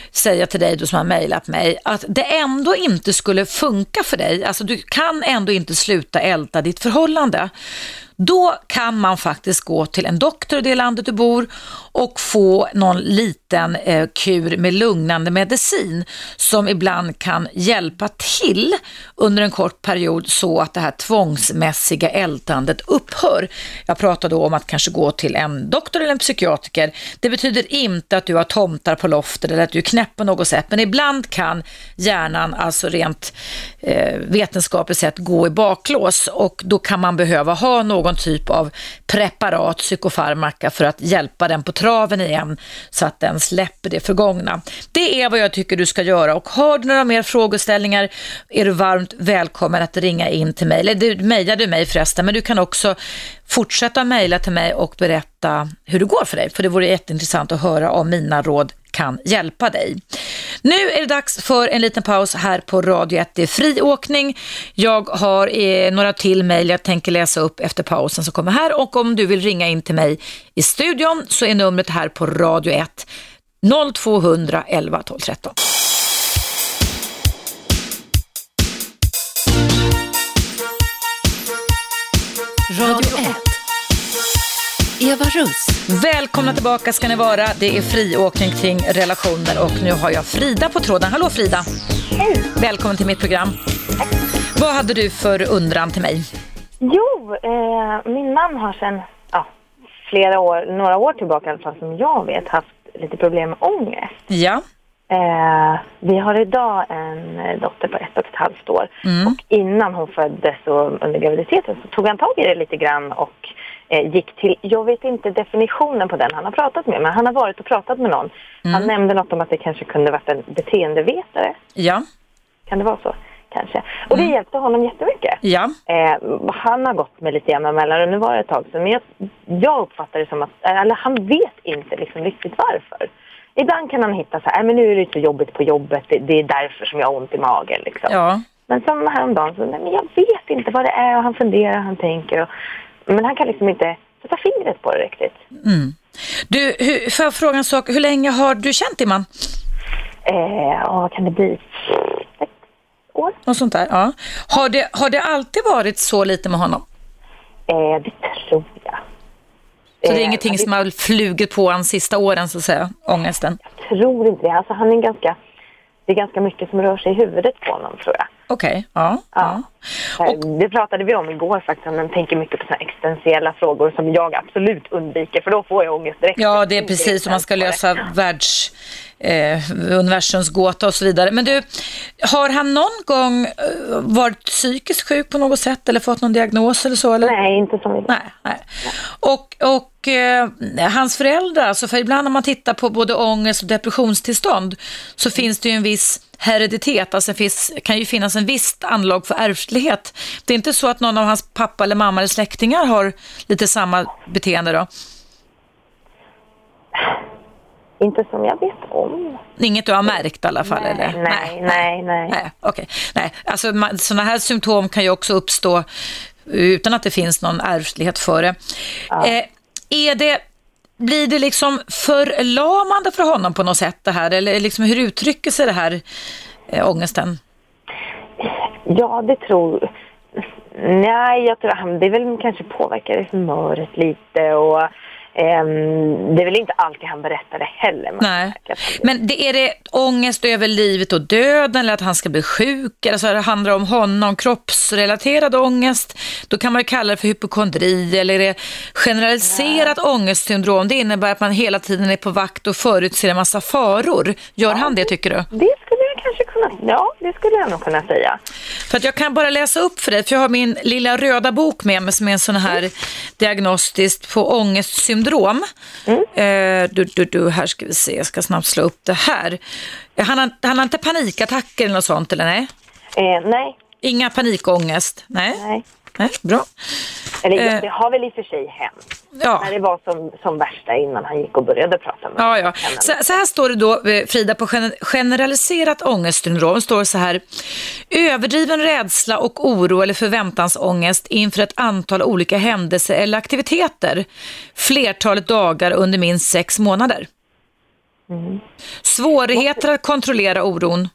säga till dig då som har mejlat mig att det ändå inte skulle funka för dig. Alltså du kan ändå inte sluta älta ditt förhållande. Då kan man faktiskt gå till en doktor i det landet du bor och få någon liten eh, kur med lugnande medicin som ibland kan hjälpa till under en kort period så att det här tvångsmässiga ältandet upphör. Jag pratar då om att kanske gå till en doktor eller en psykiatriker. Det betyder inte att du har tomtar på loftet eller att du är knäpp på något sätt, men ibland kan hjärnan alltså rent eh, vetenskapligt sett gå i baklås och då kan man behöva ha någon typ av preparat, psykofarmaka för att hjälpa den på traven igen så att den släpper det förgångna. Det är vad jag tycker du ska göra, och har du några mer frågeställningar är du varmt välkommen att ringa in till mig. Eller du mejlar du mig förresten, men du kan också fortsätta mejla till mig och berätta hur det går för dig, för det vore jätteintressant att höra om mina råd kan hjälpa dig. Nu är det dags för en liten paus här på Radio ett. Det är friåkning. Jag har eh, några till mejl jag tänker läsa upp efter pausen som kommer här, och om du vill ringa in till mig i studion så är numret här på Radio ett noll två hundra elva tolv tretton. Radio ett. Eva Russ. Välkomna tillbaka ska ni vara. Det är friåkning kring relationer och nu har jag Frida på tråden. Hallå Frida. Hej. Välkommen till mitt program. Tack. Vad hade du för undran till mig? Jo, eh, min man har sedan ja, flera år, några år tillbaka i alla fall som jag vet, haft lite problem med ångest. Ja. Eh, vi har idag en dotter på ett och ett halvt år. Mm. Och innan hon föddes och under graviditeten så tog han tag i det lite grann och eh, gick till, jag vet inte definitionen på den han har pratat med, men han har varit och pratat med någon. Mm. Han nämnde något om att det kanske kunde varit en beteendevetare. Ja. Kan det vara så? Kanske. Och det mm. hjälpte honom jättemycket. Ja. Eh, han har gått med lite jämna mellan, och nu var det ett tag sedan. Men jag, jag uppfattar det som att, eller han vet inte liksom riktigt varför. Ibland kan han hitta så här, men nu är det så jobbigt på jobbet, det, det är därför som jag har ont i magen liksom. Ja. Men som häromdagen så, nej men jag vet inte vad det är, och han funderar, han tänker. Och, men han kan liksom inte sätta fingret på det riktigt. Mm. Du, hur, för jag fråga en sak, hur länge har du känt din man? Eh, ja, kan det bli sex år? Och sånt där, ja. Har det, har det alltid varit så lite med honom? Eh, det tror jag. Så det är ingenting som har flugit på hans sista åren så att säga, ångesten? Jag tror inte det. Alltså han är ganska, det är ganska mycket som rör sig i huvudet på honom, tror jag. Okej, okay. ja. ja. ja. Och det pratade vi om igår faktiskt. Han tänker mycket på såna existentiella frågor som jag absolut undviker, för då får jag ångest direkt. Ja, det är precis som man ska lösa världs... Eh, universums gåta och så vidare. Men du, har han någon gång eh, varit psykiskt sjuk på något sätt eller fått någon diagnos eller så? Eller? Nej, inte som vi. Nej, nej. Och, och eh, hans föräldrar, alltså för ibland när man tittar på både ångest och depressionstillstånd så finns det ju en viss hereditet, alltså det finns, kan ju finnas en viss anlag för ärftlighet. Det är inte så att någon av hans pappa eller mamma eller släktingar har lite samma beteende då? Inte som jag vet om. Inget du har märkt i alla fall? Nej, eller? nej, nej. nej. nej okay. nej. Alltså, sådana här symptom kan ju också uppstå utan att det finns någon ärftlighet för det. Ja. Eh, är det. Blir det liksom förlamande för honom på något sätt det här? Eller liksom, hur uttrycker sig det här äh, ångesten? Ja, det tror Nej, jag tror han, det väl kanske påverkar humöret lite och Um, det är väl inte alltid han berättar det heller. Nej. Men det, är det ångest över livet och döden eller att han ska bli sjuk? Eller så det handlar om honom, kroppsrelaterad ångest. Då kan man ju kalla det för hypokondri. Eller är det generaliserat Nej. ångestsyndrom? Det innebär att man hela tiden är på vakt och förutser en massa faror. Gör ja, han det, tycker du? Det skulle jag kanske kunna, ja, det skulle jag nog kunna säga. För att jag kan bara läsa upp för dig, för jag har min lilla röda bok med mig som är en sån här mm. diagnostiskt på ångestsyndrom. Mm. Eh, du, du, du, här ska vi se, jag ska snabbt slå upp det här. Han har, han har inte panikattacker eller något sånt, eller nej? Eh, nej. Inga panikångest? Nej. Nej. Nej, bra. Eller eh. det har väl i och för sig hänt. Ja. När det var som, som värsta innan han gick och började prata med ja, ja. Så, så här står det då, Frida, på generaliserat ångestsyndrom står det så här: överdriven rädsla och oro eller förväntansångest inför ett antal olika händelser eller aktiviteter flertalet dagar under minst sex månader. Mm. Svårigheter att kontrollera oron.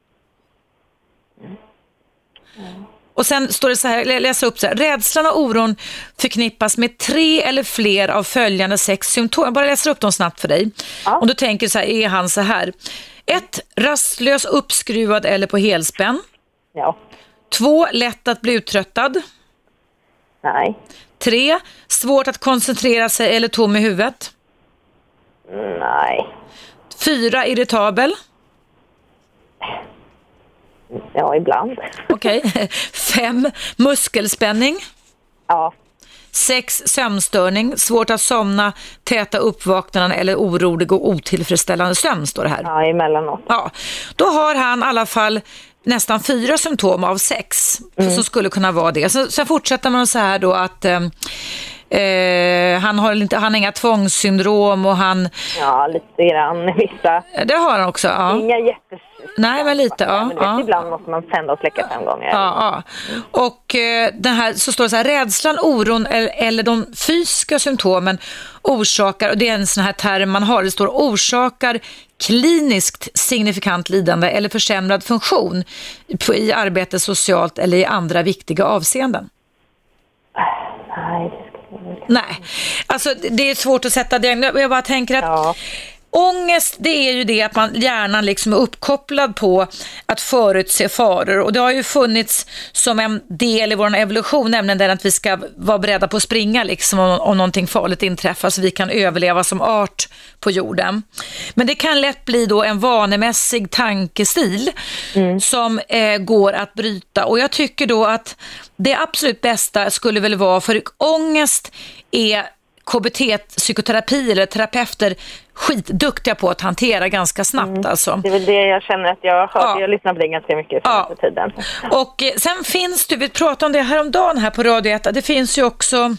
Mm. Och sen står det så här, läsa upp så här. Rädslan och oron förknippas med tre eller fler av följande sex symptom. Jag bara läser upp dem snabbt för dig. Ja. Om du tänker så här, är han så här. Ett, rastlös, uppskruvad eller på helspänn. Ja. Två, lätt att bli uttröttad. Nej. Tre, svårt att koncentrera sig eller tom i huvudet. Nej. Fyra, irritabel. Ja, ibland. Okej. Okay. Fem, muskelspänning. Ja. Sex, sömnstörning. Svårt att somna, täta uppvaknanden eller orolig och otillfredsställande sömn, står det här. Ja, emellanåt. Ja, då har han i alla fall nästan fyra symptom av sex mm. som skulle kunna vara det. Så, sen fortsätter man så här då att eh, eh, han har inte, han har inga tvångssyndrom och han... Ja, lite grann vissa. Det har han också, ja. Inga jättes... Nej, men lite, ja. Men ja. Ibland måste man tända och släcka fem gånger. Ja, ja. Och eh, den här, så står det så här, rädslan, oron eller, eller de fysiska symptomen orsakar, och det är en sån här term man har, det står orsakar kliniskt signifikant lidande eller försämrad funktion på, i arbete socialt eller i andra viktiga avseenden. Nej, det skulle jag inte. Nej, alltså det är svårt att sätta det. Jag bara tänker att ja. Ångest, det är ju det att man hjärnan liksom är uppkopplad på att förutse faror, och det har ju funnits som en del i vår evolution, nämligen den att vi ska vara beredda på att springa liksom om, om någonting farligt inträffar så vi kan överleva som art på jorden. Men det kan lätt bli då en vanemässig tankestil mm. som eh, går att bryta, och jag tycker då att det absolut bästa skulle väl vara, för ångest är K B T-psykoterapi eller terapeuter skitduktiga på att hantera ganska snabbt. Mm. Alltså. Det är väl det jag känner att jag har hört. Ja. Jag lyssnar på det ganska mycket ja. senaste tiden. Och eh, sen finns det, vi pratade om det häromdagen här på Radio ett, det finns ju också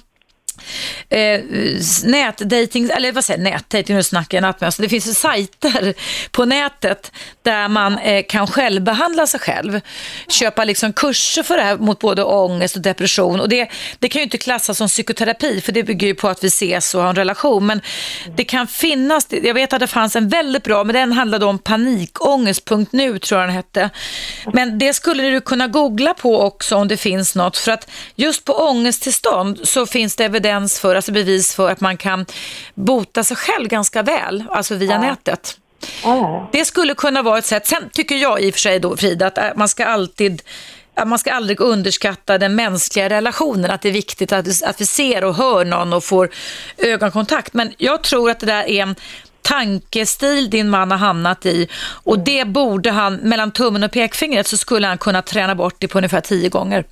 Eh, nätdating, eller vad säger nätdating, nu snackar jag natt, alltså det finns ju sajter på nätet där man eh, kan självbehandla sig själv, köpa liksom kurser för det här mot både ångest och depression, och det, det kan ju inte klassas som psykoterapi för det bygger ju på att vi ses och har en relation, men det kan finnas, jag vet att det fanns en väldigt bra, men den handlade om panikångest punkt nu tror jag den hette, men det skulle du kunna googla på också om det finns något, för att just på ångesttillstånd så finns det evidens för, alltså bevis för att man kan bota sig själv ganska väl, alltså via ja. nätet. Ja, ja, ja. Det skulle kunna vara ett sätt. Sen tycker jag i och för sig då, Frida, att man ska alltid att man ska aldrig underskatta den mänskliga relationen, att det är viktigt att, att vi ser och hör någon och får ögonkontakt. Men jag tror att det där är en tankestil din man har hamnat i, och mm. det borde han, mellan tummen och pekfingret så skulle han kunna träna bort det på ungefär tio gånger.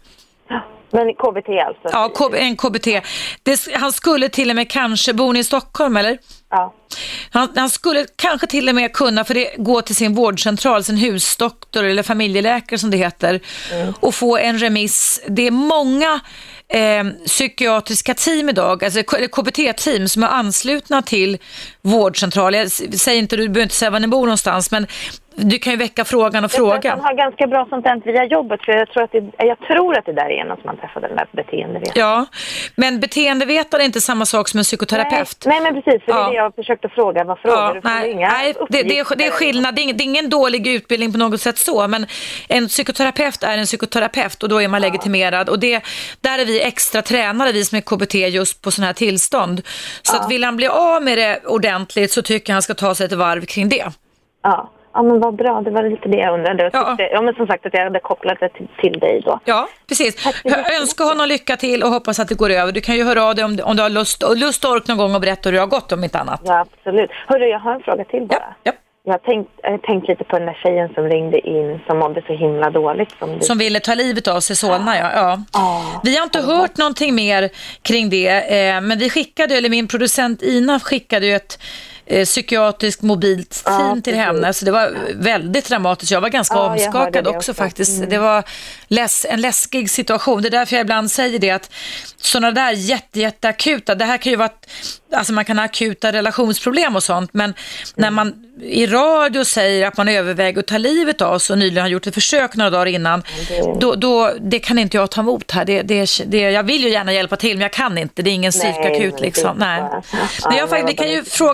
Men K B T alltså? Ja, en K B T. Det, han skulle till och med kanske, bor ni i Stockholm eller? Ja. Han, han skulle kanske till och med kunna, för det, gå till sin vårdcentral, sin husdoktor eller familjeläkare som det heter, mm. och få en remiss. Det är många eh, psykiatriska team idag, alltså K B T-team som är anslutna till vårdcentral. Jag säger inte, du behöver inte säga var ni bor någonstans, men du kan ju väcka frågan och fråga. Han har ganska bra sånt där via jobbet, för jag tror att det, jag tror att det där är någon som man träffade, den där beteendevetare. Ja, men beteendevetare är inte samma sak som en psykoterapeut. Nej, nej men precis, för ja. det är det jag försökte fråga. Vad frågar ja, du? Nej, nej det, det, är, det är skillnad. Det är, det är ingen dålig utbildning på något sätt så, men en psykoterapeut är en psykoterapeut och då är man ja. legitimerad. Och det, där är vi extra tränare, vi som är K B T, just på sådana här tillstånd. Så ja. att vill han bli av med det ordentligt så tycker jag han ska ta sig ett varv kring det. Ja. Ja, men vad bra. Det var lite det jag undrade. Jag tyckte, ja. ja, men som sagt att jag hade kopplat det till, till dig då. Ja, precis. Jag önskar honom lycka till och hoppas att det går över. Du kan ju höra av dig om, om du har lust och, lust och ork någon gång och berätta hur det har gått, om inte annat. Ja, absolut. Hörru, jag har en fråga till bara. Ja, ja. Jag har tänkt, jag tänkt lite på den där tjejen som ringde in som mådde så himla dåligt. Som, du... som ville ta livet av sig, Solna, ja. ja. ja. Vi har inte ja. hört någonting mer kring det, eh, men vi skickade, eller min producent Ina skickade ju ett eh, psykiatriskt mobilt team ja, till henne, så det var väldigt dramatiskt. Jag var ganska ja, omskakad också, också faktiskt. Mm. Det var läs- en läskig situation. Det är därför jag ibland säger det, att sådana där jätte, jätte akuta, det här kan ju vara, alltså man kan ha akuta relationsproblem och sånt, men mm. när man i radio säger att man överväger att ta livet av sig och nyligen har gjort ett försök några dagar innan, mm. då, då, det kan inte jag ta emot här. Det, det, det, jag vill ju gärna hjälpa till, men jag kan inte. Det är ingen psykakut liksom. Nej. Ja, men jag, faktiskt, vi kan ju fråga, be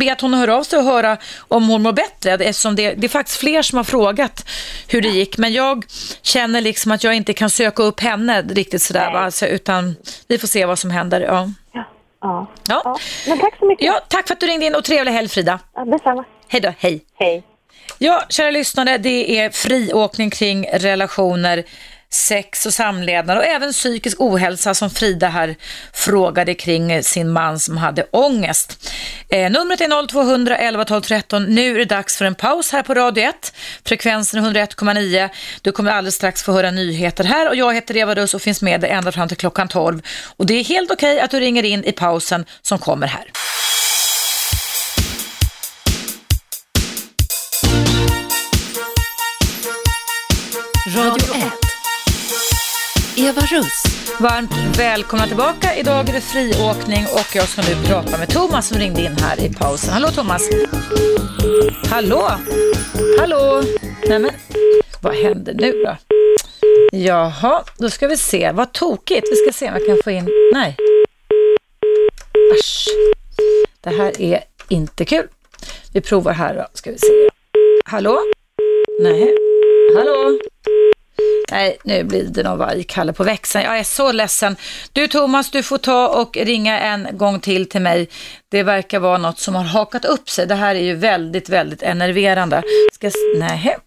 be att hon hör av sig och höra om hon mår bättre. Eftersom det, det är faktiskt fler som har frågat hur det gick. Men jag känner liksom att jag inte kan söka upp henne riktigt sådär. Va? Alltså, utan vi får se vad som händer. Ja. Ja. Ja. Ja. Ja. Men tack så mycket. Ja, tack för att du ringde in och trevlig helg, Frida. Ja, detsamma. Hej då, hej. Hej. Ja, kära lyssnare, det är friåkning kring relationer, sex och samlevnad och även psykisk ohälsa som Frida här frågade kring sin man som hade ångest. Eh, numret är noll två hundra elva tolv tretton. Nu är det dags för en paus här på Radio ett. Frekvensen är hundra ett komma nio. Du kommer alldeles strax få höra nyheter här och jag heter Eva Russ och finns med dig ända fram till klockan tolv. Och det är helt okej att du ringer in i pausen som kommer här. Radio ett. Eva Russ. Varmt välkomna tillbaka. Idag är det friåkning och jag ska nu prata med Thomas som ringde in här i pausen. Hallå Thomas. Hallå. Hallå. Nej men, vad händer nu då? Jaha, då ska vi se. Vad tokigt. Vi ska se om jag kan få in... Nej. Asch. Det här är inte kul. Vi provar här då. Ska vi se. Hallå? Nej. Hallå? Nej, nu blir det någon vargkalle på växeln. Jag är så ledsen. Du Thomas, du får ta och ringa en gång till till mig. Det verkar vara något som har hakat upp sig. Det här är ju väldigt, väldigt enerverande. Ska... Nej.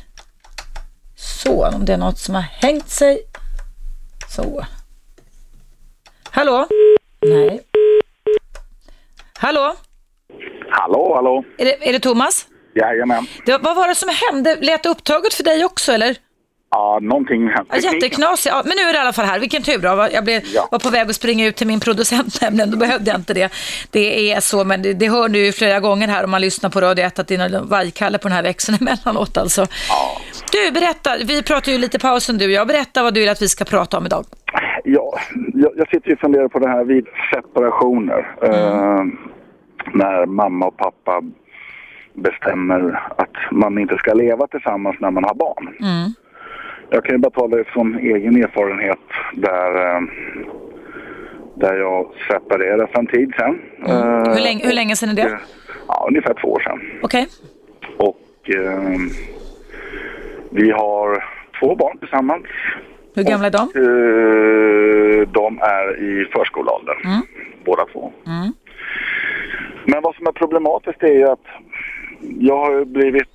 Så, om det är något som har hängt sig. Så. Hallå? Nej. Hallå? Hallå, hallå. Är det, är det Thomas? Jajamän. Det, vad var det som hände? Lät det upptaget för dig också, eller? Ja, någonting hände. Ja, jätteknasigt. Ja, men nu är det i alla fall här. Vilken tur då. Jag blev, ja. var på väg att springa ut till min producent nämligen. Då behövde jag inte det. Det är så, men det, det hör nu flera gånger här om man lyssnar på Radio ett att det är någon vargkalle på den här växeln emellanåt alltså. Ja. Du, berätta. Vi pratar ju lite pausen du. Jag berättar vad du vill att vi ska prata om idag. Ja, jag, jag sitter ju och funderar på det här vid separationer. Mm. Uh, när mamma och pappa bestämmer att man inte ska leva tillsammans när man har barn. Mm. Jag kan ju bara tala från egen erfarenhet där, där jag separerade för en tid sedan. Mm. Hur, länge, hur länge sedan är det? Ja, ungefär två år sedan. Okej. Okay. Och eh, vi har två barn tillsammans. Hur gamla är de? Och, eh, de är i förskoleåldern, mm. båda två. Mm. Men vad som är problematiskt är ju att jag har blivit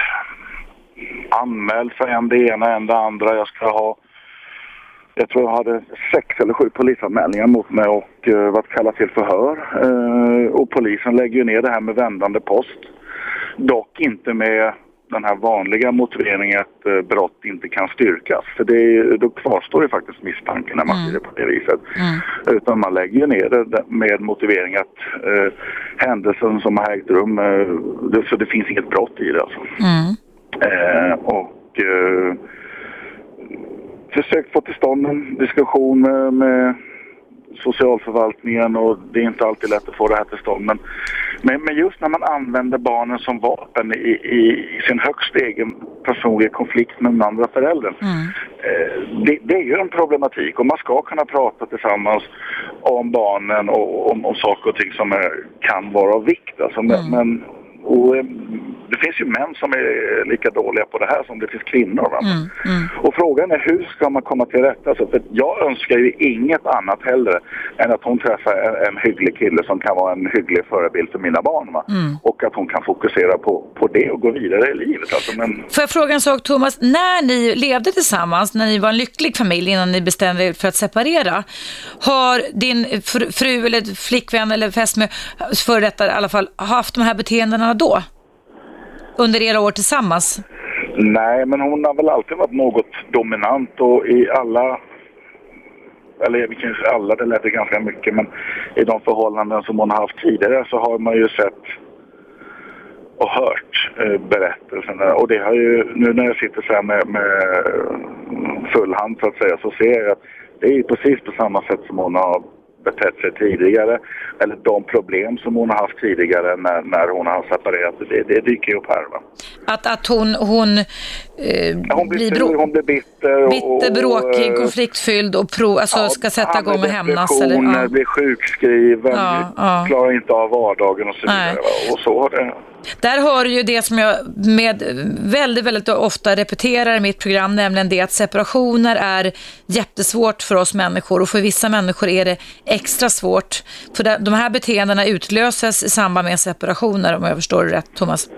anmäld för en det ena, en det andra. Jag ska ha, jag tror jag hade sex eller sju polisanmälningar mot mig och uh, varit kallad till förhör. Uh, och polisen lägger ju ner det här med vändande post. Dock inte med den här vanliga motiveringen att uh, brott inte kan styrkas. För det, då kvarstår ju faktiskt misstanken när man mm. ser det på det viset. Mm. Utan man lägger ju ner det med motivering att uh, händelsen som har ägt rum, uh, det, så det finns inget brott i det alltså. Mm. Eh, och eh, försökt få till stånd en diskussion med, med socialförvaltningen och det är inte alltid lätt att få det här till stånd. Men, men, men just när man använder barnen som vapen i, i, i sin högst egen personliga konflikt med den andra föräldern. Mm. Eh, det, det är ju en problematik och man ska kunna prata tillsammans om barnen och om, om saker och ting som är, kan vara av vikt. Alltså, mm. men och det finns ju män som är lika dåliga på det här som det finns kvinnor. Va? Mm, mm. Och frågan är hur ska man komma till rätta? Alltså, för jag önskar ju inget annat heller än att hon träffar en, en hygglig kille som kan vara en hygglig förebild för mina barn. Va? Mm. Och att hon kan fokusera på, på det och gå vidare i livet. Alltså, men... Får jag fråga en sak Thomas? När ni levde tillsammans, när ni var en lycklig familj innan ni bestämde er för att separera, har din fru eller flickvän eller fästmö för detta i alla fall haft de här beteendena då? Under era år tillsammans? Nej, men hon har väl alltid varit något dominant och i alla, eller vi kan säga alla, det lät ganska mycket, men i de förhållanden som hon har haft tidigare så har man ju sett och hört eh, berättelserna. Och det har ju, nu när jag sitter så här med, med full hand så att säga, så ser jag att det är precis på samma sätt som hon har betett sig tidigare eller de problem som hon har haft tidigare när, när hon har separerat, det, det dyker ju upp här, va? Att, att hon, hon, eh, ja, hon blir, blir, bro- hon blir bitter. bitter, bråkig, och, konfliktfylld och pro, alltså ja, ska sätta igång och hämnas. Eller, ja. Blir sjukskriven, ja, ja. klarar inte av vardagen och så vidare. Va? Och så har det... Där hör ju det som jag med väldigt, väldigt ofta repeterar i mitt program, nämligen det att separationer är jättesvårt för oss människor, och för vissa människor är det extra svårt. För de här beteendena utlöses i samband med separationer, om jag förstår det rätt, Thomas.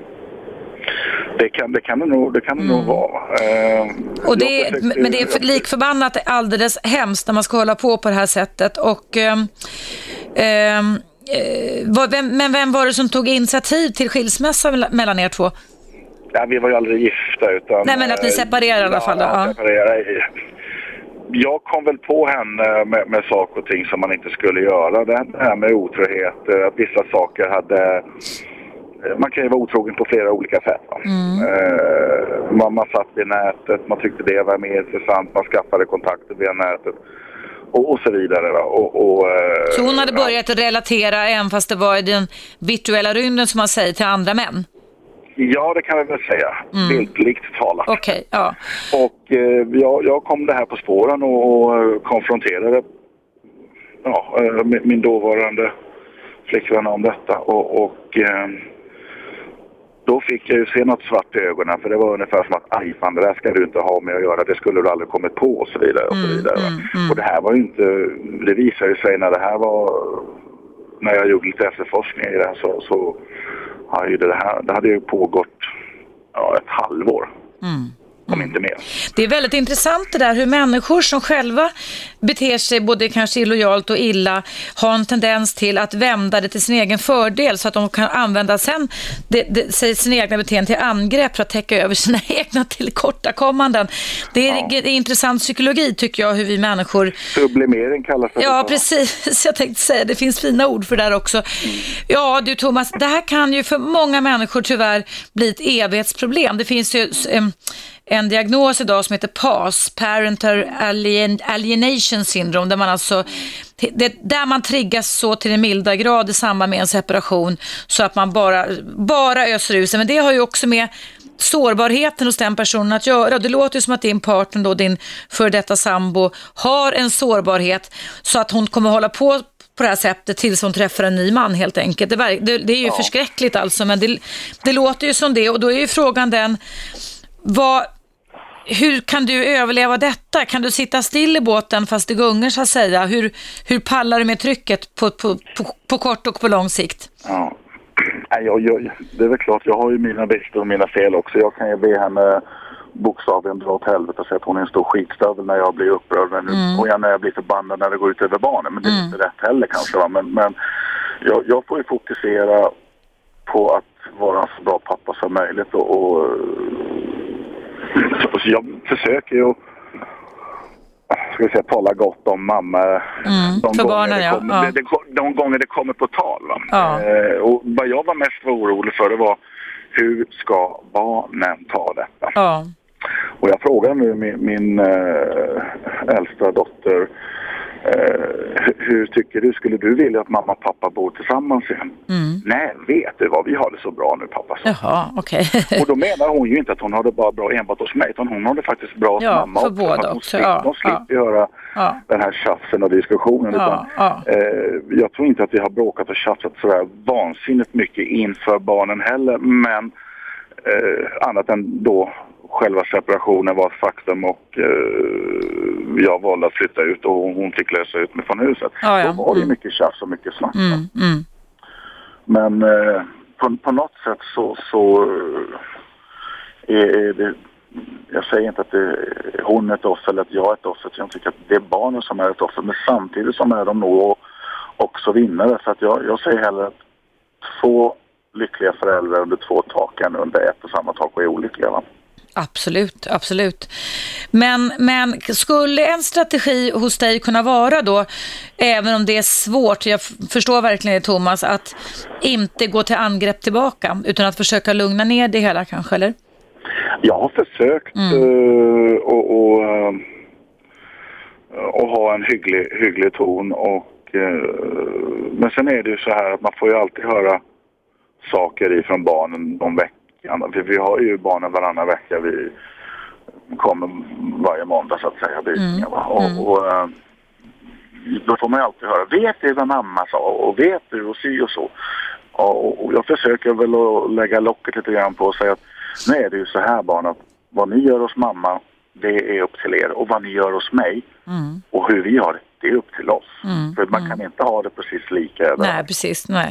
Det kan det kan det nog det kan det mm. nog vara. Eh, och det försökte, men det är för, likförbannat alldeles hemskt när man ska hålla på på det här sättet. Och eh, eh, vem, men vem var det som tog initiativ till skilsmässa mellan er två? Ja, vi var ju aldrig gifta, utan... Nej, men att ni separerade i alla fall. Ja, ja. Separerade. Jag kom väl på henne med, med saker och ting som man inte skulle göra. Det här med otrohet, att vissa saker hade... Man kan ju vara otrogen på flera olika sätt. Mm. Eh, man, man satt i nätet, man tyckte det var mer intressant, man skaffade kontakter via nätet. Och, och så vidare. Va? Och, och, eh, så hon hade börjat ja. relatera, även fast det var i den virtuella rymden som man säger, till andra män? Ja, det kan vi väl säga. Mm. Bildligt talat. Okej, okay, ja. Och eh, jag, jag kom det här på spåren och, och konfronterade ja, min, min dåvarande flickvän om detta. Och, och eh, då fick jag ju se något svart i ögonen, för det var ungefär som att aj fan, det där ska du inte ha med att göra, det skulle du aldrig kommit på och så vidare. Och, så vidare. Mm, mm, mm. Och det här var ju inte, det visade sig när det här var, när jag gjorde lite efterforskning i det här så, så ja, det, här, det hade ju pågått ja, ett halvår. Mm. Om inte mer. Det är väldigt intressant det där hur människor som själva beter sig både kanske illojalt och illa har en tendens till att vända det till sin egen fördel, så att de kan använda sen det, det, sin egna beteende till angrepp för att täcka över sina egna tillkortakommanden. Det är, ja. det är intressant psykologi, tycker jag, hur vi människor... Sublimering kallas det. Ja, precis. Jag tänkte säga, det finns fina ord för det där också. Mm. Ja, du Thomas, det här kan ju för många människor tyvärr bli ett evighetsproblem. Det finns ju... Um, en diagnos idag som heter P A S, Parental Alien, Alienation Syndrome, där man alltså det, där man triggas så till en milda grad i samband med en separation så att man bara, bara öser ut sig. Men det har ju också med sårbarheten hos den personen att göra. Det låter ju som att din partner då, din för detta sambo, har en sårbarhet så att hon kommer hålla på på det här sättet tills hon träffar en ny man, helt enkelt. Det, det, det är ju ja. förskräckligt alltså, men det, det låter ju som det, och då är ju frågan den, vad hur kan du överleva detta? Kan du sitta still i båten fast det gungar, så att säga? Hur, hur pallar du med trycket på, på, på, på kort och på lång sikt? Ja, jag, jag, det är väl klart. Jag har ju mina brister och mina fel också. Jag kan ju be henne bokstavligen dra åt helvete och säga att hon är en stor skitstövel när jag blir upprörd. Men mm. och jag, när jag blir förbannad när det går ut över barnen. Men det är mm. inte rätt heller kanske. Va? Men, men jag, jag får ju fokusera på att vara en så bra pappa som möjligt. Och... och så jag försöker ju ska vi säga, tala gott om mamma mm, de, för gånger barnen, det kommer, ja. det, det, de gånger det kommer på tal. Ja. Eh, och vad jag var mest orolig för det var, hur ska barnen ta detta? Ja. Och jag frågar nu min, min äh, äldsta dotter, Uh, hur tycker du, skulle du vilja att mamma och pappa bor tillsammans igen? Mm. Nej, vet du vad, vi har det så bra nu, pappa. Så. Jaha, okej. Okay. Och då menar hon ju inte att hon har det bara bra enbart hos mig, utan hon har det faktiskt bra hos ja, mamma för också. båda hon också. slipper, ja, hon slipper ja. göra ja. den här tjafsen och diskussionen. Ja, utan, ja. Uh, jag tror inte att vi har bråkat och tjafsat sådär vansinnigt mycket inför barnen heller, men uh, annat än då själva separationen var ett faktum och eh, jag valde att flytta ut och hon fick lösa ut mig från huset. Ja, ja. Då var det mm. mycket tjafs och mycket snack. Mm, mm. Men eh, på, på något sätt så, så är, är det, jag säger inte att det, hon är ett offer eller att jag är ett offer. Jag tycker att det är barnen som är ett offer, men samtidigt som är de nog också vinnare. Så att jag, jag säger hellre att två lyckliga föräldrar under två taken under ett och samma tak och är olyckliga, va? Absolut, absolut. Men, men skulle en strategi hos dig kunna vara då, även om det är svårt, jag förstår verkligen det, Thomas, att inte gå till angrepp tillbaka utan att försöka lugna ner det hela kanske, eller? Jag har försökt mm. uh, och, och, uh, och ha en hygglig, hygglig ton och Och, eh, men sen är det ju så här att man får ju alltid höra saker ifrån barnen om veckan. För vi har ju barnen varannan vecka. Vi kommer varje måndag så att säga. Mm. Och, mm. och, och då får man ju alltid höra, vet du vad mamma sa? Och vet du och si och så. Och, och jag försöker väl att lägga locket lite grann på och säga att nu är det ju så här barn att vad ni gör hos mamma, det är upp till er. Och vad ni gör hos mig mm. och hur vi har det, det är upp till oss. Mm. För man mm. kan inte ha det precis lika. Där. Nej, precis. Nej.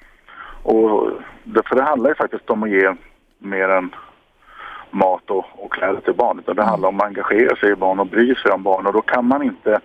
Och det, för det handlar ju faktiskt om att ge mer än mat och, och kläder till barn. Utan det mm. handlar om att engagera sig i barn och bry sig om barn. Och då kan man inte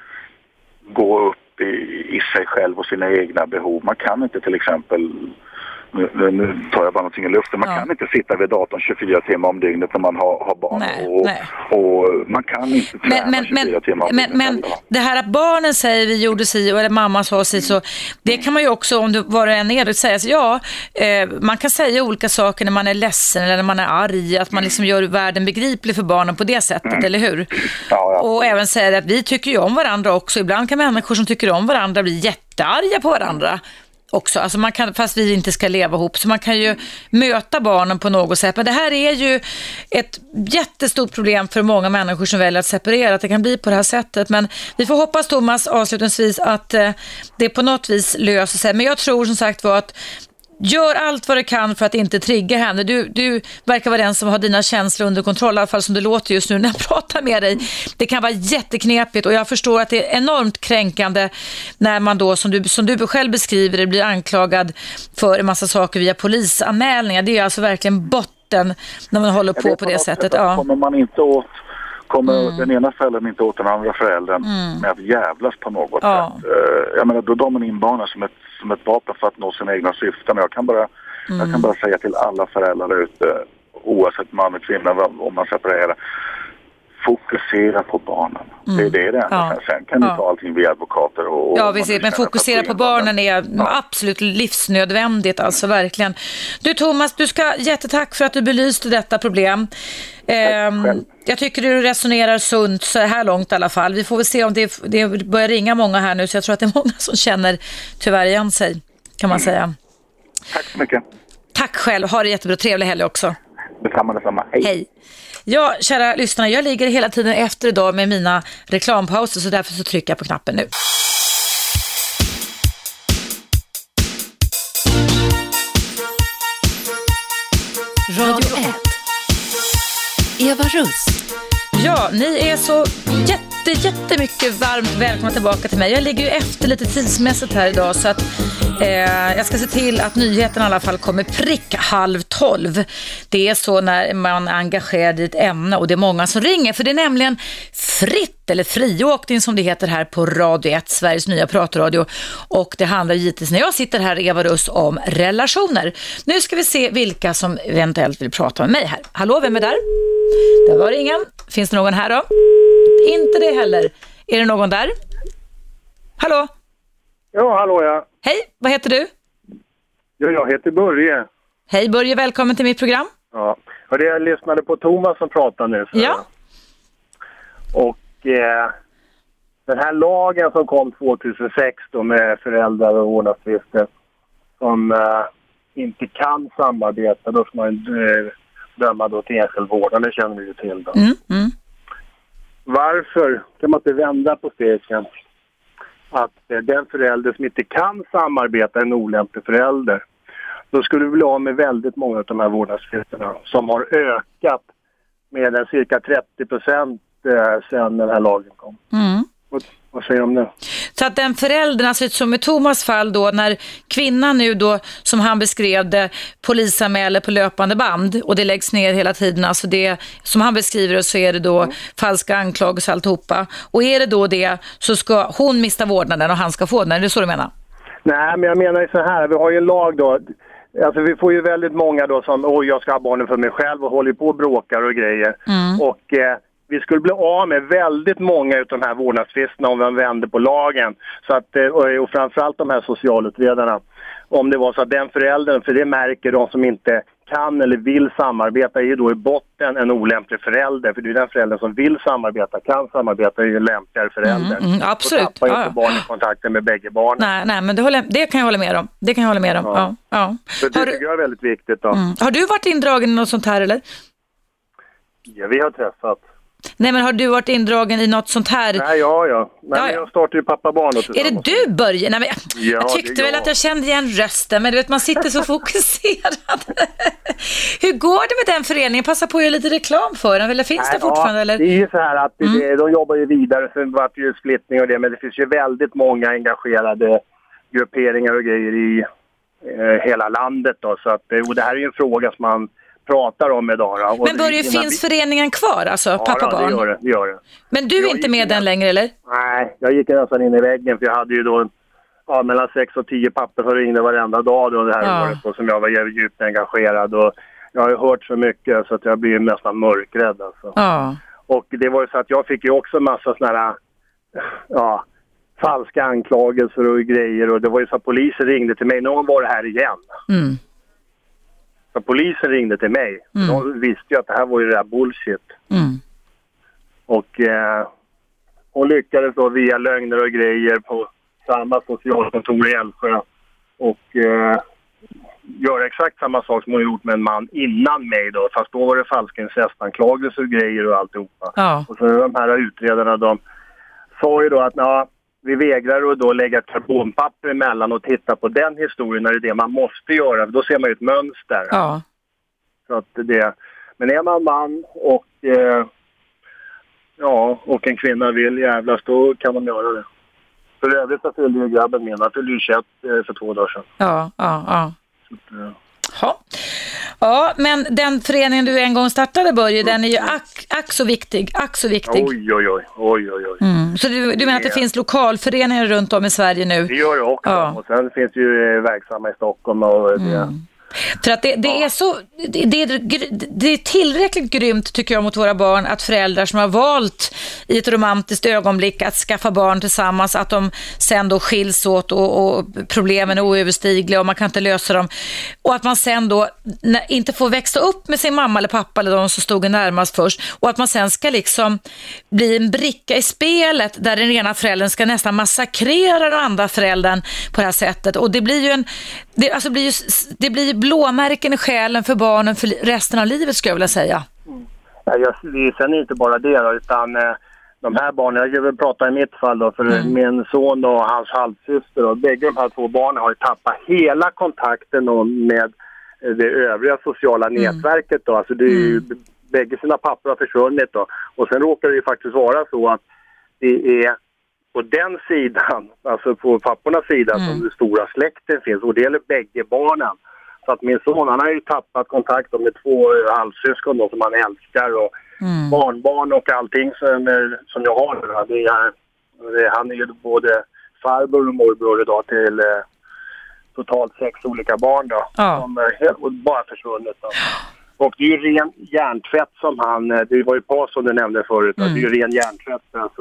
gå upp i, i sig själv och sina egna behov. Man kan inte till exempel, nu, nu tar jag bara någonting i luften, man ja. kan inte sitta vid datorn tjugofyra timmar om dygnet när man har, har barn. Nej, och, nej. och man kan inte träna men, men, tjugofyra timmar om men, dygnet. Men det här att barnen säger vi gjorde si eller mamma sa si, så det kan man ju också, om du var det än är, säga så, ja, eh, man kan säga olika saker när man är ledsen eller när man är arg, att man liksom gör världen begriplig för barnen på det sättet, mm. eller hur? Ja, ja. Och även säga att vi tycker ju om varandra också. Ibland kan människor som tycker om varandra bli jättearga på varandra också. Alltså man kan, fast vi inte ska leva ihop. Så man kan ju möta barnen på något sätt. Men det här är ju ett jättestort problem för många människor som väljer att separera. Att det kan bli på det här sättet. Men vi får hoppas, Thomas, avslutningsvis att eh, det på något vis löser sig. Men jag tror som sagt var att gör allt vad du kan för att inte trigga henne. Du, du verkar vara den som har dina känslor under kontroll, i alla fall som det låter just nu när jag pratar med dig. Det kan vara jätteknepigt och jag förstår att det är enormt kränkande när man då, som du, som du själv beskriver det, blir anklagad för en massa saker via polisanmälningar. Det är alltså verkligen botten när man håller på på det sättet. Ja. Kommer man inte åt kommer mm. den ena föräldern inte åt den andra föräldern mm. med att jävlas på något ja. sätt. Jag menar, då drar man in barnen som ett, som ett vapen för att nå sina egna syften. Jag kan bara, mm. jag kan bara säga till alla föräldrar ute, oavsett man och kvinna, om man separerar, fokusera på barnen. Mm. Det är det det är. Ja. Sen kan ni ja. ta allting via advokater. Och, ja, visst, men fokusera på barnen är ja. absolut livsnödvändigt. Alltså verkligen. Du Thomas, du ska jättetack för att du belyste detta problem. Ehm, jag tycker du resonerar sunt så här långt i alla fall. Vi får väl se om det, det börjar ringa många här nu. Så jag tror att det är många som känner tyvärr igen sig, kan man säga. Tack så mycket. Tack själv. Ha det jättebra. Trevlig helg också. Detsamma, detsamma. Hej. Hej. Ja, kära lyssnare, jag ligger hela tiden efter idag med mina reklampauser, så därför så trycker jag på knappen nu. Radio ett. Eva Russ. Ja, ni är så jätte, jättemycket varmt välkomna tillbaka till mig. Jag ligger ju efter lite tidsmässigt här idag, så att eh, jag ska se till att nyheten i alla fall kommer prick halv tolv. Det är så när man engagerar i ett ämne och det är många som ringer, för det är nämligen fritt eller friåkning som det heter här på Radio ett, Sveriges nya pratradio, och det handlar givetvis när jag sitter här, Eva Russ, om relationer. Nu ska vi se vilka som eventuellt vill prata med mig här. Hallå, vem är där? Det var ingen. Finns det någon här då? Inte det heller. Är det någon där? Hallå? Ja, hallå ja. Hej, vad heter du? Ja, jag heter Börje. Hej Börje, välkommen till mitt program. Ja, och det jag lyssnade på Thomas som pratade nu. Så. Ja. Och eh, den här lagen som kom tjugohundrasex då med föräldrar och vårdnadstvister som eh, inte kan samarbeta, då ska man eh, döma då till enskild vård. Det känner vi ju till då. Mm, mm. Varför kan man inte vända på steken att eh, den förälder som inte kan samarbeta är en olämplig förälder? Då skulle vi bli av med väldigt många av de här vårdnadstvisterna som har ökat med en cirka trettio procent eh, sedan den här lagen kom. Mm. Vad, vad säger du om det? Så att den föräldern, alltså som i Thomas fall då, när kvinnan nu då, som han beskrev det, polisanmäler på löpande band och det läggs ner hela tiden, alltså det, som han beskriver det, så är det då mm. falska anklagelser alltihopa. Och är det då det, så ska hon mista vårdnaden och han ska få den, är det så du menar? Nej, men jag menar ju så här, vi har ju en lag då. Alltså vi får ju väldigt många då som, oj jag ska ha barnen för mig själv och håller på och bråkar och grejer. Mm. Och eh, vi skulle bli av med väldigt många av de här vårdnadstvisterna om vi vänder på lagen. Så att, och, och framförallt de här socialutredarna. Om det var så att den föräldern, för det märker de som inte kan eller vill samarbeta är ju då i botten en olämplig förälder. För det är den föräldern som vill samarbeta, kan samarbeta, är en lämpligare förälder. Mm, mm, absolut. Då tappar ja, inte ja. barnen kontakten med bägge barnen. Nej, nej men det, håller, det kan jag hålla med om. Det kan jag hålla med om. Ja. Ja, ja. Så det har tycker du, jag är väldigt viktigt då. mm. Har du varit indragen i något sånt här eller? Ja, vi har träffat. Nej, men har du varit indragen i något sånt här? Nej, ja, ja. Nej, ja, ja. Jag startade ju pappa barn. Är det du, Börje? Nej, men jag, ja, jag tyckte väl jag. att jag kände igen rösten, men du vet, man sitter så fokuserad. Hur går det med den föreningen? Passa på att göra lite reklam för den, eller finns Nej, det fortfarande? Ja, eller? det är ju så här att det, Mm. de jobbar ju vidare, sen var det ju splittning och det, men det finns ju väldigt många engagerade grupperingar och grejer i eh, hela landet då, så att, och det här är ju en fråga som man pratar om idag. Då. Och Men Börje, det, finns vi... föreningen kvar, alltså ja, pappa då, barn? det gör det, det gör det. Men du är jag inte med den in... längre, eller? Nej, jag gick nästan in i väggen, för jag hade ju då ja, mellan sex och tio papper som ringde varenda dag då det här Ja. året, och som jag var djupt engagerad, och jag har ju hört så mycket så att jag blir nästan mörkrädd alltså. Ja. Och det var ju så att jag fick ju också en massa såna här, ja, falska anklagelser och grejer, och det var ju så att polisen ringde till mig, någon var det här igen. Mm. Så polisen ringde till mig, Mm. de visste ju att det här var ju det där bullshit. Mm. Och eh, hon lyckades då via lögner och grejer på samma socialkontor i Älvsjö och eh, göra exakt samma sak som hon gjort med en man innan mig då. Fast då var det falska incestanklagelser och grejer och alltihopa. Ja. Och så de här utredarna, de sa ju då att ja, vi vägrar att då lägga ett karbonpapper emellan och titta på den historien när det är det man måste göra. Då ser man ju ett mönster. Ja. Så att det, men är man man och eh, ja, och en kvinna vill jävlas, då kan man göra det. För övrigt så fyllde ju grabben min, han fyllde ju tjugoett eh, för två dagar sedan. Ja, ja, ja. Så att, eh. Ja. Ja, men den föreningen du en gång startade, Börje, den är ju ack, ack så viktig, ack så viktig. Oj, oj, oj, oj, oj, oj. Mm. Så du, du menar att det Ja. finns lokalföreningar runt om i Sverige nu? Det gör det också. Ja. Och sen finns det ju eh, verksamma i Stockholm och eh, det. Mm. För att det, det är så det, det, det är tillräckligt grymt, tycker jag, mot våra barn att föräldrar som har valt i ett romantiskt ögonblick att skaffa barn tillsammans, att de sen då skiljs åt och, och problemen är oöverstigliga och man kan inte lösa dem, och att man sen då när, inte får växa upp med sin mamma eller pappa eller de som stod närmast först, och att man sen ska liksom bli en bricka i spelet där den ena föräldern ska nästan massakrera den andra föräldern på det här sättet, och det blir ju en det, alltså blir ju, det blir ju blåmärken i själen för barnen för resten av livet, skulle jag vilja säga. Mm. Ja, jag, sen är det inte bara det då, utan eh, de här barnen, jag vill prata i mitt fall då, för mm. min son och hans halvsyster, och bägge de här två barnen har ju tappat hela kontakten med det övriga sociala mm. nätverket då, alltså det är ju, mm. bägge sina pappor har försvunnit då, och sen råkar det ju faktiskt vara så att det är på den sidan, alltså på pappornas sida mm. som den stora släkten finns, och det gäller bägge barnen. Så att min son, han har ju tappat kontakt med två halvsyskon då, som han älskar, och mm. barnbarn och allting som, som jag har. Det är, det, han är ju både farbror och morbror idag till eh, totalt sex olika barn då. Ja. Som är helt, och bara försvunnit då. Och det är ju ren hjärntvätt som han, det var ju par som du nämnde förut, mm. det är ju ren hjärntvätt alltså,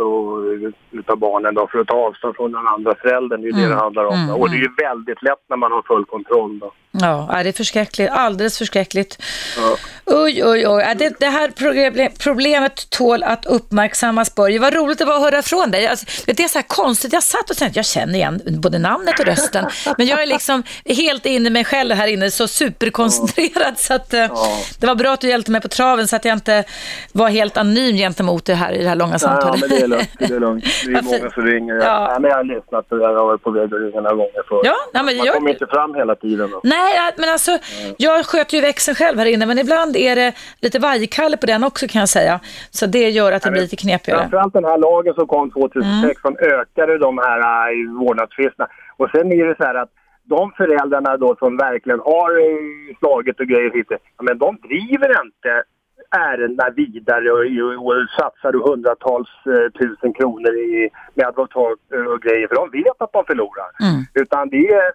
utav barnen då, för att ta avstånd från den andra föräldern, det är ju mm. det det handlar om. Mm. Och det är ju väldigt lätt när man har full kontroll då. Ja, det är förskräckligt, alldeles förskräckligt. Ja. Oj, oj, oj. Det, det här problemet tål att uppmärksammas, Börje. Vad roligt det var att höra från dig. Alltså, det är så här konstigt, jag satt och tänkte, jag känner igen både namnet och rösten, men jag är liksom helt inne i mig själv här inne, så superkoncentrerad, så att ja. Det var bra att du hjälpte mig på traven så att jag inte var helt anonym gentemot det här i det här långa samtalet. Ja, men det är lugnt. Det är, lugnt. Det är många som ringer. Jag, ja. nej, men jag har lyssnat och jag har varit på väg att ringa några gånger för. Ja, nej, men man jag... kommer inte fram hela tiden. Då. Nej, men alltså, mm. jag sköter ju växeln själv här inne, men ibland är det lite vajkalle på den också, kan jag säga. Så det gör att det nej, blir lite knepigare. Framförallt den här lagen som kom tjugohundrasex som mm. ökade de här äh, vårdnadstvisterna. Och sen är det så här att de föräldrarna då som verkligen har uh, slagit och grejer hit, ja, men de driver inte ärendena vidare och, och, och satsar hundratals uh, tusen kronor i, med advokat uh, och grejer, för de vet att de förlorar. Mm. Utan det är,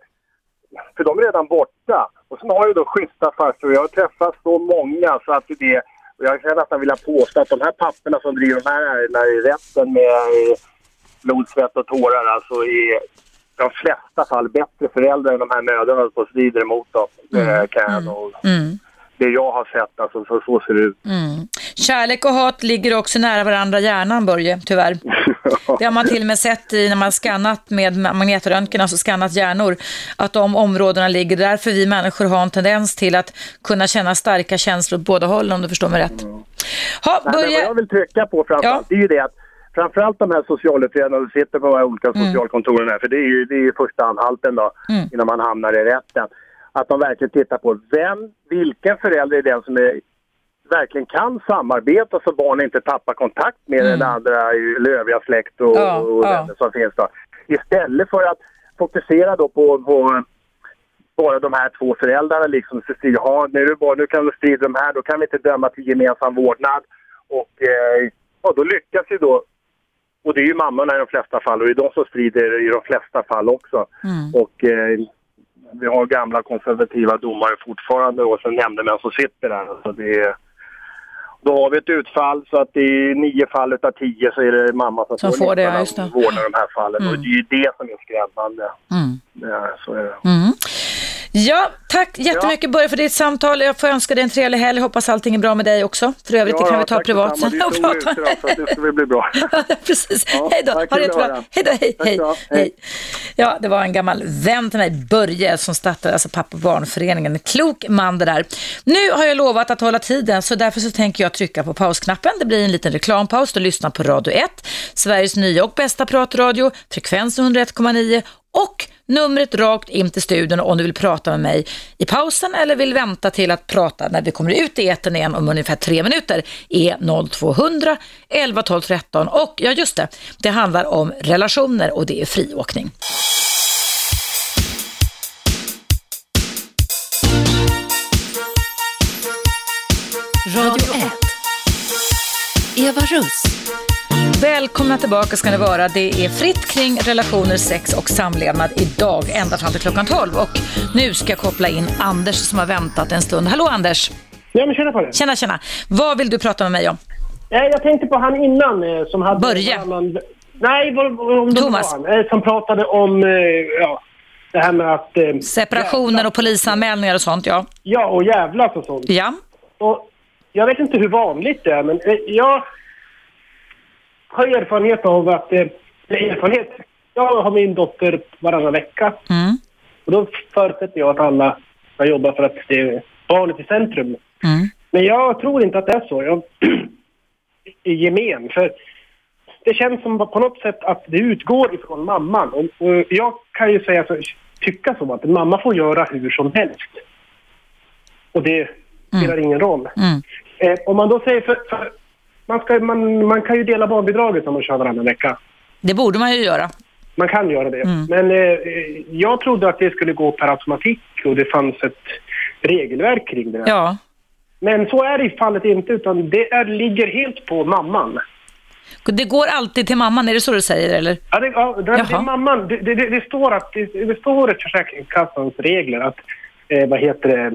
för de är redan borta. Och sen har ju då schyssta farsor, jag har träffat så många så att det, och jag kan nästan vilja påstå att de här papperna som driver de här ärendena i rätten med uh, blod, svett och tårar, alltså är de flesta fall bättre föräldrar än de här mödrarna på strider emot dem. Mm. Kan jag nog mm. det jag har sett, alltså så, så ser det ut. Mm. Kärlek och hat ligger också nära varandra, hjärnan, Börje, tyvärr. Det har man till och med sett i när man skannat med magnetröntgen, alltså skannat hjärnor, att de områdena ligger. Därför vi människor har en tendens till att kunna känna starka känslor åt båda hållen, om du förstår mig rätt. Mm. Ha, Börje... Nej, vad jag vill trycka på framförallt, ja. Det är ju det att framförallt de här socialutredarna som sitter på de här olika mm. socialkontoren här, för det är ju, det är ju första anhalten då, mm. innan man hamnar i rätten. Att de verkligen tittar på vem, vilken förälder är den som är, verkligen kan samarbeta så barnen inte tappar kontakt med mm. den andra övriga släkt och, ja, och ja. Den som finns då. Istället för att fokusera då på, på bara de här två föräldrarna liksom, så säger ja, nu, bara, nu kan du strida de här, då kan vi inte döma till gemensam vårdnad. Och eh, ja, då lyckas ju då, och det är ju mammorna i de flesta fall, och det är de som strider i de flesta fall också. Mm. Och eh, vi har gamla konservativa domare fortfarande och sen nämndemän som sitter där. Så det är, då har vi ett utfall så att i nio fall av tio så är det mamma som, som får det, ja, just det. Vårdar de här fallen. Mm. Och det är ju det som är skrämmande. Mm. Ja, så är det. Mm. Ja, tack jättemycket ja. Börje för ditt samtal. Jag får önska dig en trevlig helg. Hoppas allting är bra med dig också. För övrigt ja, det kan vi ta privat sen. Och prata. Ut, det ska bli bra. Ja, precis. Ja, hej då. Ha det bra. Hej då. Hej, hej, hej. hej. Ja, det var en gammal vän till mig, Börje, som startade alltså pappa- och barnföreningen. En klok man det där. Nu har jag lovat att hålla tiden, så därför så tänker jag trycka på pausknappen. Det blir en liten reklampaus. Du lyssnar på Radio ett, Sveriges nya och bästa pratradio, frekvensen hundra ett komma nio och numret rakt in till studion om du vill prata med mig i pausen eller vill vänta till att prata när vi kommer ut i etern igen om ungefär tre minuter är noll två hundra elva tolv tretton. Och ja, just det, det handlar om relationer och det är friåkning. Radio ett. Eva Russ. Välkomna tillbaka ska ni vara. Det är fritt kring relationer, sex och samlevnad idag ända fram till klockan tolv. Och nu ska jag koppla in Anders som har väntat en stund. Hallå Anders. Ja, men tjena på det. Tjena, tjena. Vad vill du prata med mig om? Jag tänkte på han innan som hade... Börje. Annan... Nej, om Thomas. Var han, som pratade om ja, det här med att... Separationer jävlas. Och polisanmälningar och sånt, ja. Ja, och jävlas och sånt. Ja. Och jag vet inte hur vanligt det är, men jag... har erfarenhet av att eh, erfarenhet. Jag har min dotter varannan vecka. Mm. Och då förutsätter jag att alla ska jobba för att det är barnet i centrum. Mm. Men jag tror inte att det är så. Jag, i gemen. För det känns som på något sätt att det utgår ifrån mamman. Och, och jag kan ju säga så, tycka så att mamma får göra hur som helst. Och det spelar mm. ingen roll. Mm. Eh, om man då säger för... för Man, ska, man, man kan ju dela barnbidraget om man kör varannan vecka. Det borde man ju göra. Man kan göra det. Mm. Men eh, jag trodde att det skulle gå per automatik och det fanns ett regelverk kring det. Ja. Men så är det i fallet inte, utan det är, ligger helt på mamman. Det går alltid till mamman, är det så du säger, eller? Ja, det, ja, det, det är mamman. Det, det, det, står att, det, det står i Försäkringskassans regler att eh, vad heter det,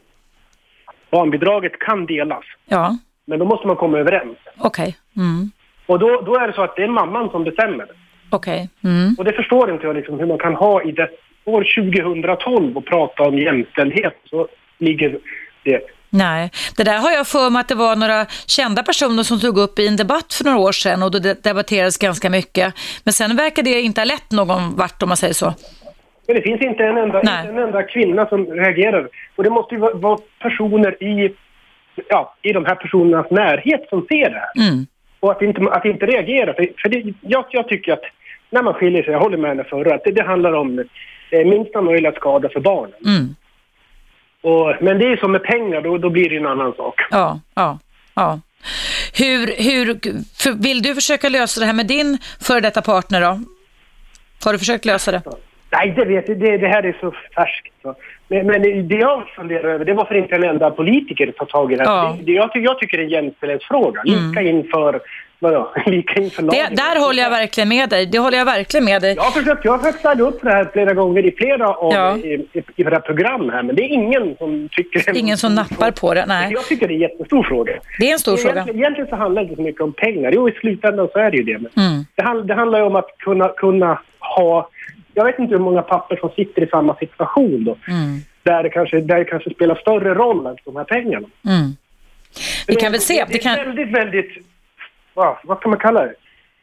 barnbidraget kan delas. Ja. Men då måste man komma överens. Okej. Okay. Mm. Och då, då är det så att det är mamman som bestämmer. Okej. Okay. Mm. Och det förstår inte jag liksom hur man kan ha i det år tjugohundratolv och prata om jämställdhet. Så ligger det. Nej, det där har jag för mig att det var några kända personer som tog upp i en debatt för några år sedan och då debatterades ganska mycket. Men sen verkar det inte ha lett någon vart om man säger så. Men det finns inte en enda, inte en enda kvinna som reagerar. Och det måste ju vara, vara personer i... Ja, i de här personernas närhet som ser det här. Mm. Och att inte, att inte reagera. För, för det, jag, jag tycker att när man skiljer sig, jag håller med henne förra, att det, det handlar om eh, minsta möjliga skada för barnen. Mm. Och, men det är som med pengar, då, då blir det en annan sak. Ja, ja, ja. Hur, hur för, vill du försöka lösa det här med din före detta partner då? Har du försökt lösa det? Nej, det vet jag. Det, det här är så färskt. Så. Men, men det jag funderar över, det var för inte en enda politiker tar tag i det här. Ja. Det, jag, jag tycker det är en jämställdhetsfråga. Mm. Lika inför, vadå? Lika inför lagen. Det, där håller jag verkligen med dig. Det håller jag verkligen med dig. Jag har försökt, jag har försökt ställa upp det här flera gånger i flera av ja. i, i, i det här programmet här. Men det är ingen som tycker... Ingen som nappar på det, nej. Jag tycker det är en jättestor fråga. Det är en stor det, fråga. Egentligen, egentligen så handlar det inte så mycket om pengar. Jo, i slutändan så är det ju det. Men mm. det, handl, det handlar ju om att kunna, kunna ha... Jag vet inte hur många papper som sitter i samma situation då. Mm. där det kanske, där det kanske spelar större roll än de här pengarna. Mm. Vi kan väl se. Det, det är kan... väldigt, väldigt, vad, vad kan man kalla det?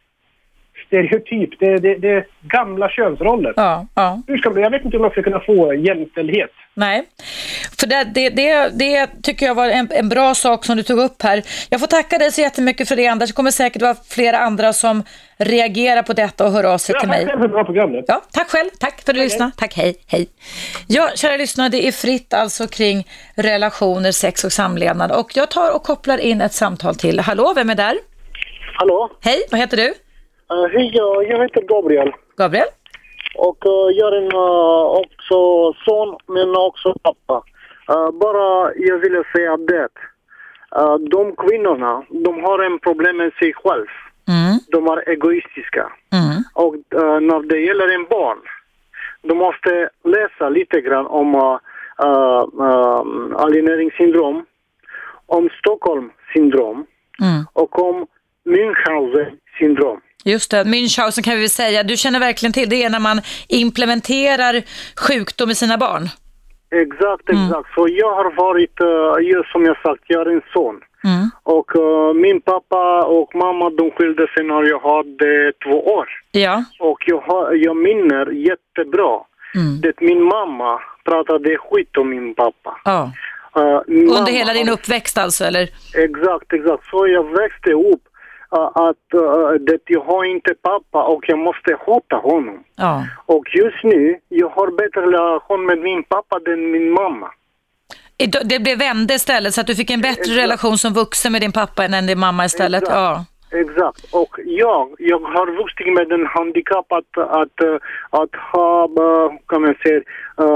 Stereotyp. Det, det, det är gamla könsroller. Ja, ja. Hur ska man, jag vet inte om man ska kunna få jämställdhet. Nej, för det, det, det, det tycker jag var en, en bra sak som du tog upp här. Jag får tacka dig så jättemycket för det, Anders. Det kommer säkert vara flera andra som reagerar på detta och hör av sig Ja, till mig. tack för bra program. Ja, tack själv. Tack för att du lyssnade. Tack, hej, hej. Ja, kära lyssnare, det är fritt alltså kring relationer, sex och samlevnad. Och jag tar och kopplar in ett samtal till. Hallå, vem är där? Hallå? Hej, vad heter du? Uh, hej, jag heter Gabriel. Gabriel? Och uh, jag är en, uh, också son, men också pappa. Uh, bara jag ville säga det. Uh, de kvinnorna, de har en problem med sig själv. Mm. De är egoistiska. Mm. Och uh, när det gäller en barn, de måste läsa lite grann om uh, uh, uh, alieneringssyndrom, om Stockholm-syndrom Mm. och om Münchhausen-syndrom. Just det, Münchhausen kan vi väl säga. Du känner verkligen till det när man implementerar sjukdom i sina barn. Exakt, exakt. Mm. Så jag har varit, uh, just som jag sagt, jag är en son. Mm. Och uh, min pappa och mamma, de skilde sig när jag hade två år. Ja. Och jag, har, jag minner jättebra. Mm. Det min mamma pratade skit om min pappa. Ja. Uh, min Under mamma, hela din uppväxt alltså, eller? Exakt, exakt. Så jag växte upp uh, att uh, det, jag har inte pappa och jag måste hata honom. Ja. Och just nu, jag har bättre relation med min pappa än min mamma. Det blev vände istället så att du fick en bättre Exakt. relation som vuxen med din pappa än din mamma istället. Exakt. Ja. Exakt. Och jag, jag har vuxit med en handikapp att, att, att ha, kan man säga, uh,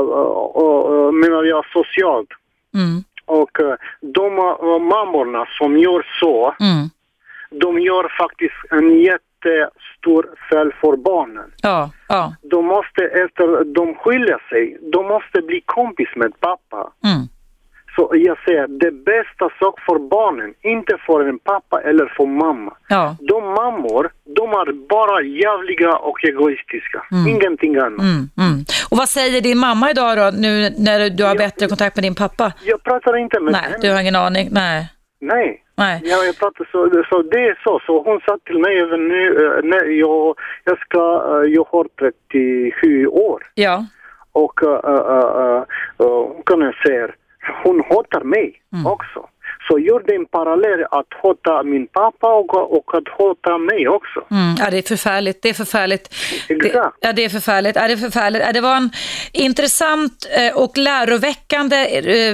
uh, uh, menar jag, socialt. Mm. Och uh, de uh, mammorna som gör så, Mm. de gör faktiskt en jättestor fel för barnen. Ja, ja. De måste, efter de skiljer sig, de måste bli kompis med pappa. Mm. Så jag säger, det bästa sak för barnen, inte för en pappa eller för mamma. Ja. De mammor, de är bara jävliga och egoistiska. Mm. Ingenting annat. Mm, mm. Och vad säger din mamma idag då, nu när du har Jag- bättre kontakt med din pappa? Jag pratar inte med Nej, henne. du har ingen aning. Nej. Nej. Nej. Ja, jag pratar så, så det är så. Så hon sa till mig även nu, uh, nej, jag, jag ska, uh, jag har trettiosju år. Ja. Och uh, uh, uh, uh, kan jag säga, hon hatar mig Mm. också. Så gör det en parallell att hata min pappa och, och att hata mig också. Mm. Ja, det är förfärligt. Det är förfärligt. Det, Exakt. ja, det är förfärligt. Ja, det är förfärligt. Ja, det var en intressant eh, och läroväckande eh,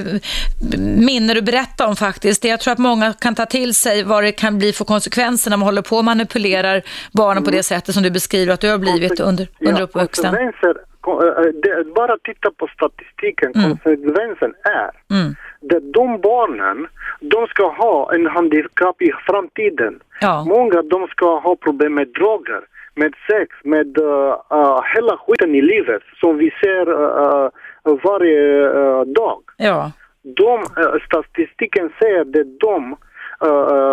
minne du berättade om faktiskt. Det jag tror att många kan ta till sig vad det kan bli för konsekvenser när man håller på och manipulerar barnen på det sättet som du beskriver att du har blivit under, under uppväxten. Konsekvenser, kon- äh, det, bara titta på statistiken. Mm. Konsekvensen är Mm. att de barnen, de ska ha en handikapp i framtiden. Ja. Många, de ska ha problem med droger, med sex, med uh, uh, hela skiten i livet som vi ser uh, uh, varje uh, dag. Ja. De, uh, statistiken säger att de uh,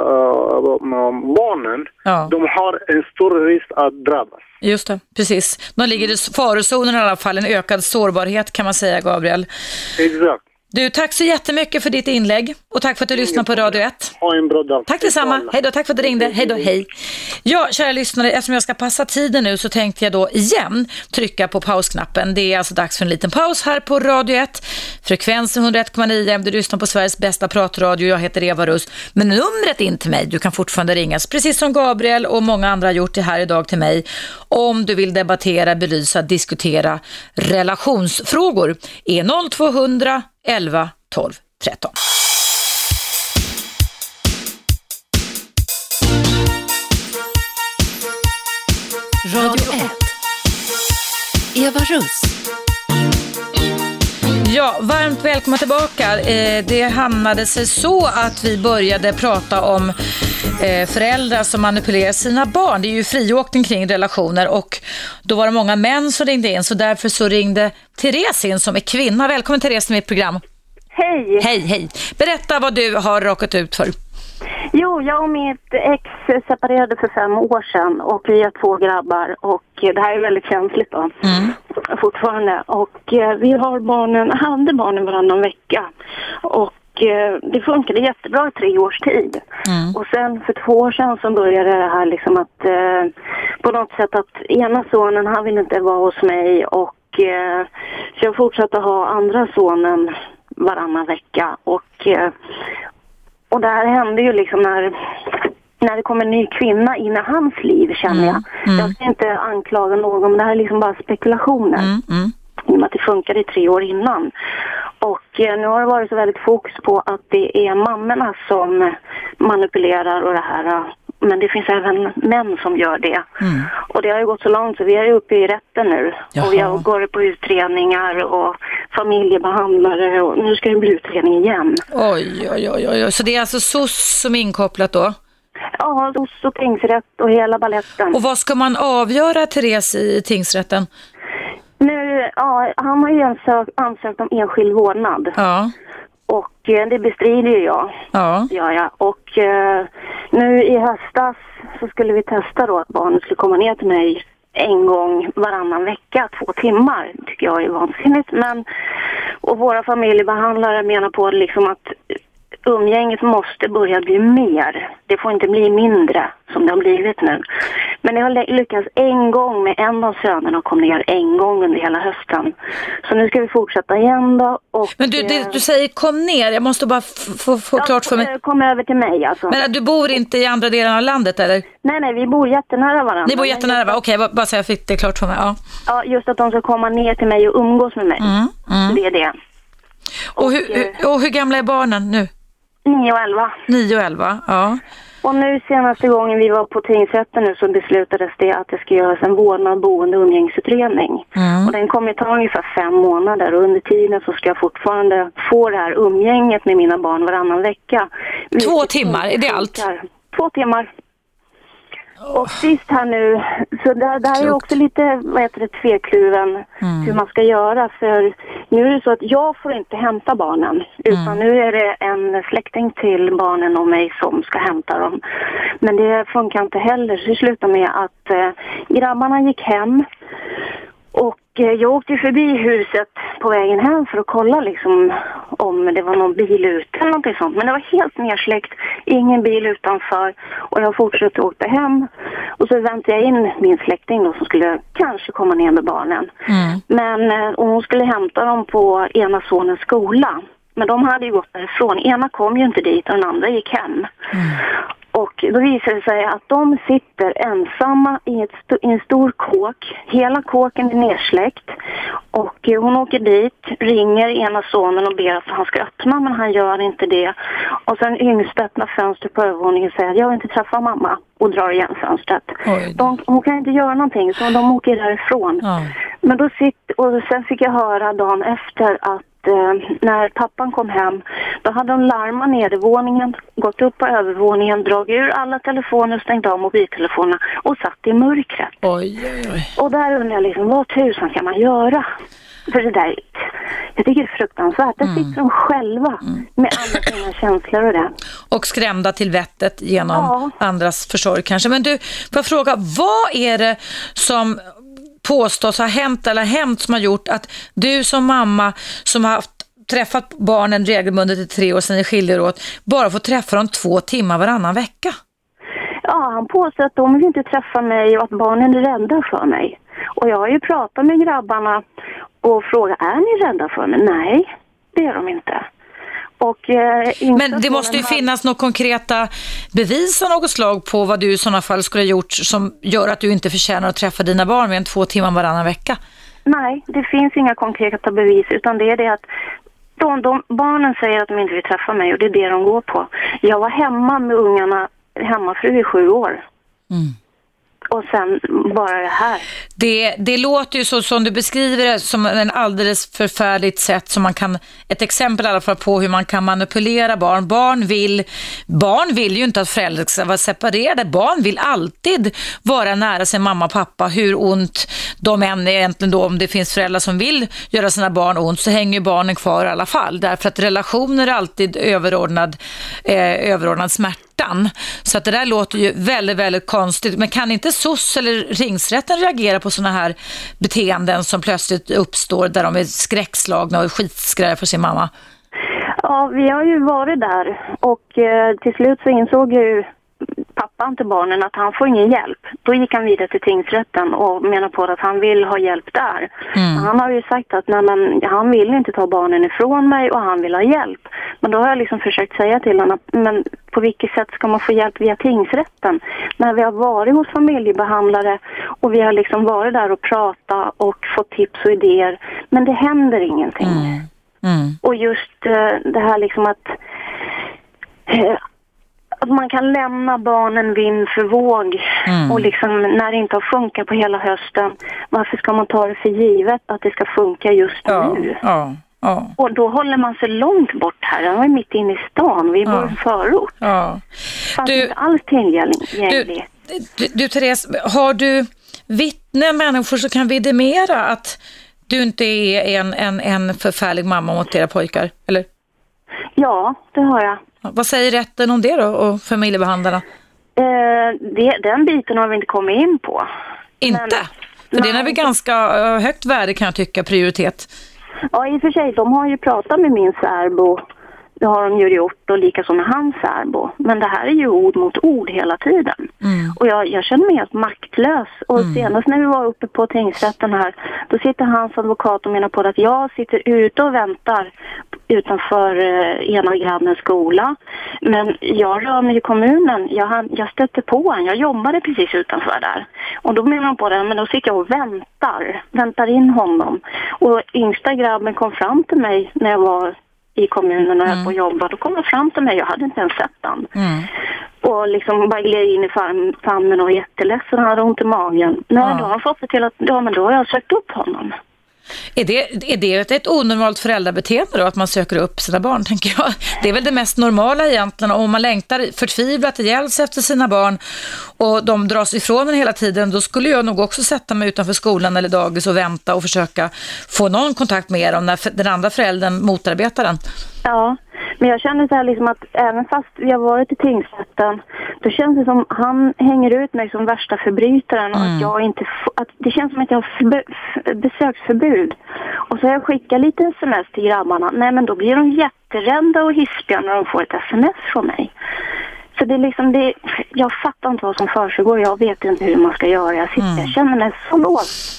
uh, uh, barnen, Ja. de har en stor risk att drabbas. Just det, precis. De ligger i farozonen i alla fall, en ökad sårbarhet kan man säga, Gabriel. Exakt. Du, tack så jättemycket för ditt inlägg och tack för att du lyssnade på Radio ett. Ha en bra dag. Tack detsamma. Hej då, tack för att du ringde. Hej då, hej. Ja, kära lyssnare, eftersom jag ska passa tiden nu så tänkte jag då igen trycka på pausknappen. Det är alltså dags för en liten paus här på Radio ett. Frekvensen hundra ett komma nio. Du lyssnar på Sveriges bästa pratradio. Jag heter Eva Russ. Men numret in till mig, du kan fortfarande ringas, precis som Gabriel och många andra har gjort det här idag till mig, om du vill debattera, belysa, diskutera relationsfrågor. Är noll tvåhundra elva tolv tretton. Radio ett. Eva Russ. Ja, varmt välkomna tillbaka. Eh, det hamnade sig så att vi började prata om eh, föräldrar som manipulerar sina barn. Det är ju friåkning kring relationer och då var det många män som ringde in, så därför så ringde Therese in som är kvinna. Välkommen Therese till mitt program. Hej! Hej, hej. Berätta vad du har råkat ut för. Jo, jag och mitt ex separerade för fem år sedan och vi har två grabbar och det här är väldigt känsligt då. Mm. Fortfarande. Och eh, vi har barnen, hade barnen varannan vecka och eh, det funkade jättebra i tre års tid. Mm. Och sen för två år sedan så började det här liksom att eh, på något sätt att ena sonen, han vill inte vara hos mig och eh, så jag fortsatte ha andra sonen varannan vecka och eh, och det här hände ju liksom när, när det kom en ny kvinna in i hans liv, känner jag. Mm. Mm. Jag ska inte anklaga någon, men det här är liksom bara spekulationer. Mm. Mm. I och med att det funkade i tre år innan. Och eh, nu har det varit så väldigt fokus på att det är mammorna som manipulerar och det här. Men det finns även män som gör det. Mm. Och det har ju gått så långt så vi är uppe i rätten nu. Jaha. Och vi har går på utredningar och familjebehandlare och nu ska det bli utredning igen. Oj, oj, oj, oj. Så det är alltså S O S som är inkopplat då? Ja, S O S och tingsrätt och hela balletten. Och vad ska man avgöra, Therese, i tingsrätten? Nu, ja, han har ju ansökt, ansökt om enskild vårdnad. Ja. Och eh, det bestrider ju jag. Ja. Ja, ja. Och eh, nu i höstas så skulle vi testa då att barnet skulle komma ner till mig en gång varannan vecka, två timmar. Tycker jag är vansinnigt. Men, och våra familjebehandlare menar på liksom att umgänget måste börja bli mer. Det får inte bli mindre som det har blivit nu. Men jag har lyckats en gång med en av sönerna och kom ner en gång under hela hösten. Så nu ska vi fortsätta igen då. Och, men du, det, du säger kom ner, jag måste bara få, få ja, klart för mig. Kom över till mig alltså. Men du bor inte i andra delen av landet eller? Nej, nej, vi bor jättenära varandra. Ni bor jättenära varandra, okej, okay, bara så jag fick det klart för mig. Ja. Ja, just att de ska komma ner till mig och umgås med mig. Mm, mm. Det är det. Och, och, hur, och hur gamla är barnen nu? nio och elva. nio och elva, ja. Och nu senaste gången vi var på tingsrätten nu så beslutades det att det ska göras en vårdnad, boende och umgängesutredning. Mm. Och den kommer ta ungefär fem månader och under tiden så ska jag fortfarande få det här umgänget med mina barn varannan vecka. Två timmar, är det allt? Två timmar. Och sist här nu, så det, det här är också lite, vad heter det, tvekluven mm. hur man ska göra. För nu är det så att jag får inte hämta barnen, utan mm. nu är det en släkting till barnen och mig som ska hämta dem. Men det funkar inte heller, så det slutar med att eh, grabbarna gick hem. Och eh, jag åkte förbi huset på vägen hem för att kolla liksom om det var någon bil ute eller någonting sånt. Men det var helt nedsläckt, ingen bil utanför och jag fortsatte åka hem. Och så väntade jag in min släkting då som skulle kanske komma ner med barnen. Mm. Men eh, och hon skulle hämta dem på ena sonens skola. Men de hade ju gått därifrån. Ena kom ju inte dit och den andra gick hem. Mm. Och då visade det sig att de sitter ensamma i, ett st- i en stor kåk. Hela kåken är nedsläckt. Och hon åker dit, ringer ena sonen och ber att han ska öppna, men han gör inte det. Och sen yngsta öppnar fönstret på övervåningen och säger att jag vill inte träffa mamma. Och drar igen fönstret. De, hon kan inte göra någonting så de åker därifrån. Oj. Men då sitter, och sen fick jag höra dagen efter att Eh, när pappan kom hem då hade de larmat nedervåningen, gått upp på övervåningen, dragit ur alla telefoner, stängt av mobiltelefonerna och satt i mörkret. Oj, oj, oj. Och där undrar jag liksom, vad tusan kan man göra? För det där, jag tycker det är fruktansvärt. Där mm. sitter de själva mm. med alla sina känslor och det. Och skrämda till vettet genom ja. andras försorg kanske. Men du, får jag fråga, vad är det som påstås ha hänt eller hänt som har gjort att du som mamma som har haft, träffat barnen regelbundet i tre år sedan ni skiljer åt bara får träffa dem två timmar varannan vecka? Ja, han påstår att de vill inte träffa mig och att barnen är rädda för mig. Och jag har ju pratat med grabbarna och frågat, är ni rädda för mig? Nej, det är de inte. Och, eh, men det måste ju finnas några konkreta bevis av något slag på vad du i sådana fall skulle ha gjort som gör att du inte förtjänar att träffa dina barn med en två timmar varannan vecka. Nej, det finns inga konkreta bevis utan det är det att de, de, barnen säger att de inte vill träffa mig och det är det de går på. Jag var hemma med ungarna, hemmafru i sju år. Mm. Och sen bara det här. Det, det låter ju så som du beskriver det som en alldeles förfärligt sätt som man kan, ett exempel i alla fall på hur man kan manipulera barn. Barn vill, barn vill ju inte att föräldrar ska vara separerade. Barn vill alltid vara nära sin mamma och pappa hur ont de än egentligen då, om det finns föräldrar som vill göra sina barn ont, så hänger ju barnen kvar i alla fall. Därför att relationer är alltid överordnad, eh, överordnad smärtan. Så att det där låter ju väldigt, väldigt konstigt. Men kan inte S O S eller Ringsrätten reagera på såna här beteenden som plötsligt uppstår där de är skräckslagna och skitskrär för sin mamma? Ja, vi har ju varit där och eh, till slut så insåg ju pappan till barnen att han får ingen hjälp. Då gick han vidare till tingsrätten och menar på att han vill ha hjälp där. Mm. Han har ju sagt att nej, men, han vill inte ta barnen ifrån mig och han vill ha hjälp. Men då har jag liksom försökt säga till honom att men på vilket sätt ska man få hjälp via tingsrätten? När vi har varit hos familjebehandlare och vi har liksom varit där och pratat och fått tips och idéer. Men det händer ingenting. Mm. Mm. Och just uh, det här liksom att... Uh, att man kan lämna barnen vind för våg mm. och liksom när det inte har funkat på hela hösten, varför ska man ta det för givet att det ska funka just ja, nu? Ja, ja. Och då håller man sig långt bort här. Jag är mitt inne i stan, vi bor i ja. förort. Ja. Fast du, inte alls tillgängligt. Du, du, du Therese, har du vittne människor som kan vidimera att du inte är en, en, en förfärlig mamma mot era pojkar, eller? Ja, det har jag. Vad säger rätten om det då och familjebehandlarna? Eh, det, den biten har vi inte kommit in på. Inte? Men, för nej. Det är väl ganska högt värde kan jag tycka, prioritet. Ja, i och för sig, de har ju pratat med min särbo. Det har de ju gjort och lika som med hans särbo. Men det här är ju ord mot ord hela tiden. Mm. Och jag, jag känner mig helt maktlös. Och mm. senast när vi var uppe på tingsrätten här, då sitter hans advokat och menar på att jag sitter ute och väntar utanför eh, ena grannens skola. Men jag rör mig i kommunen. Jag, jag stötte på honom. Jag jobbade precis utanför där. Och då menar han på det, men då sitter jag och väntar. Väntar in honom. Och yngsta grabben kom fram till mig när jag var i kommunen och jag mm. på jobba. Då kom han fram till mig. Jag hade inte ens sett han. Mm. Och liksom bara gled in i fam- famnen och var jätteledsen och hade ont i magen. Nej, ja. Då har han fått det till att ja, men då har jag sökt upp honom. Är det, är det ett onormalt föräldrabeteende då, att man söker upp sina barn, tänker jag? Det är väl det mest normala egentligen, om man längtar förtvivlat ihjäl sig efter sina barn och de dras ifrån en hela tiden, då skulle jag nog också sätta mig utanför skolan eller dagis och vänta och försöka få någon kontakt med dem när den andra föräldern motarbetar den. Ja, men jag känner så här liksom att även fast vi har varit i tingsrätten, då känns det som han hänger ut mig som värsta förbrytaren och mm. att jag inte att det känns som att jag har förbu- besöksförbud. Och så har jag skickat lite sms till grabbarna. Nej, men då blir de jätterädda och hispiga när de får ett sms från mig. Så det är liksom det, jag fattar inte vad som försiggår. Jag vet inte hur man ska göra. Jag sitter, mm. jag känner mig så låst.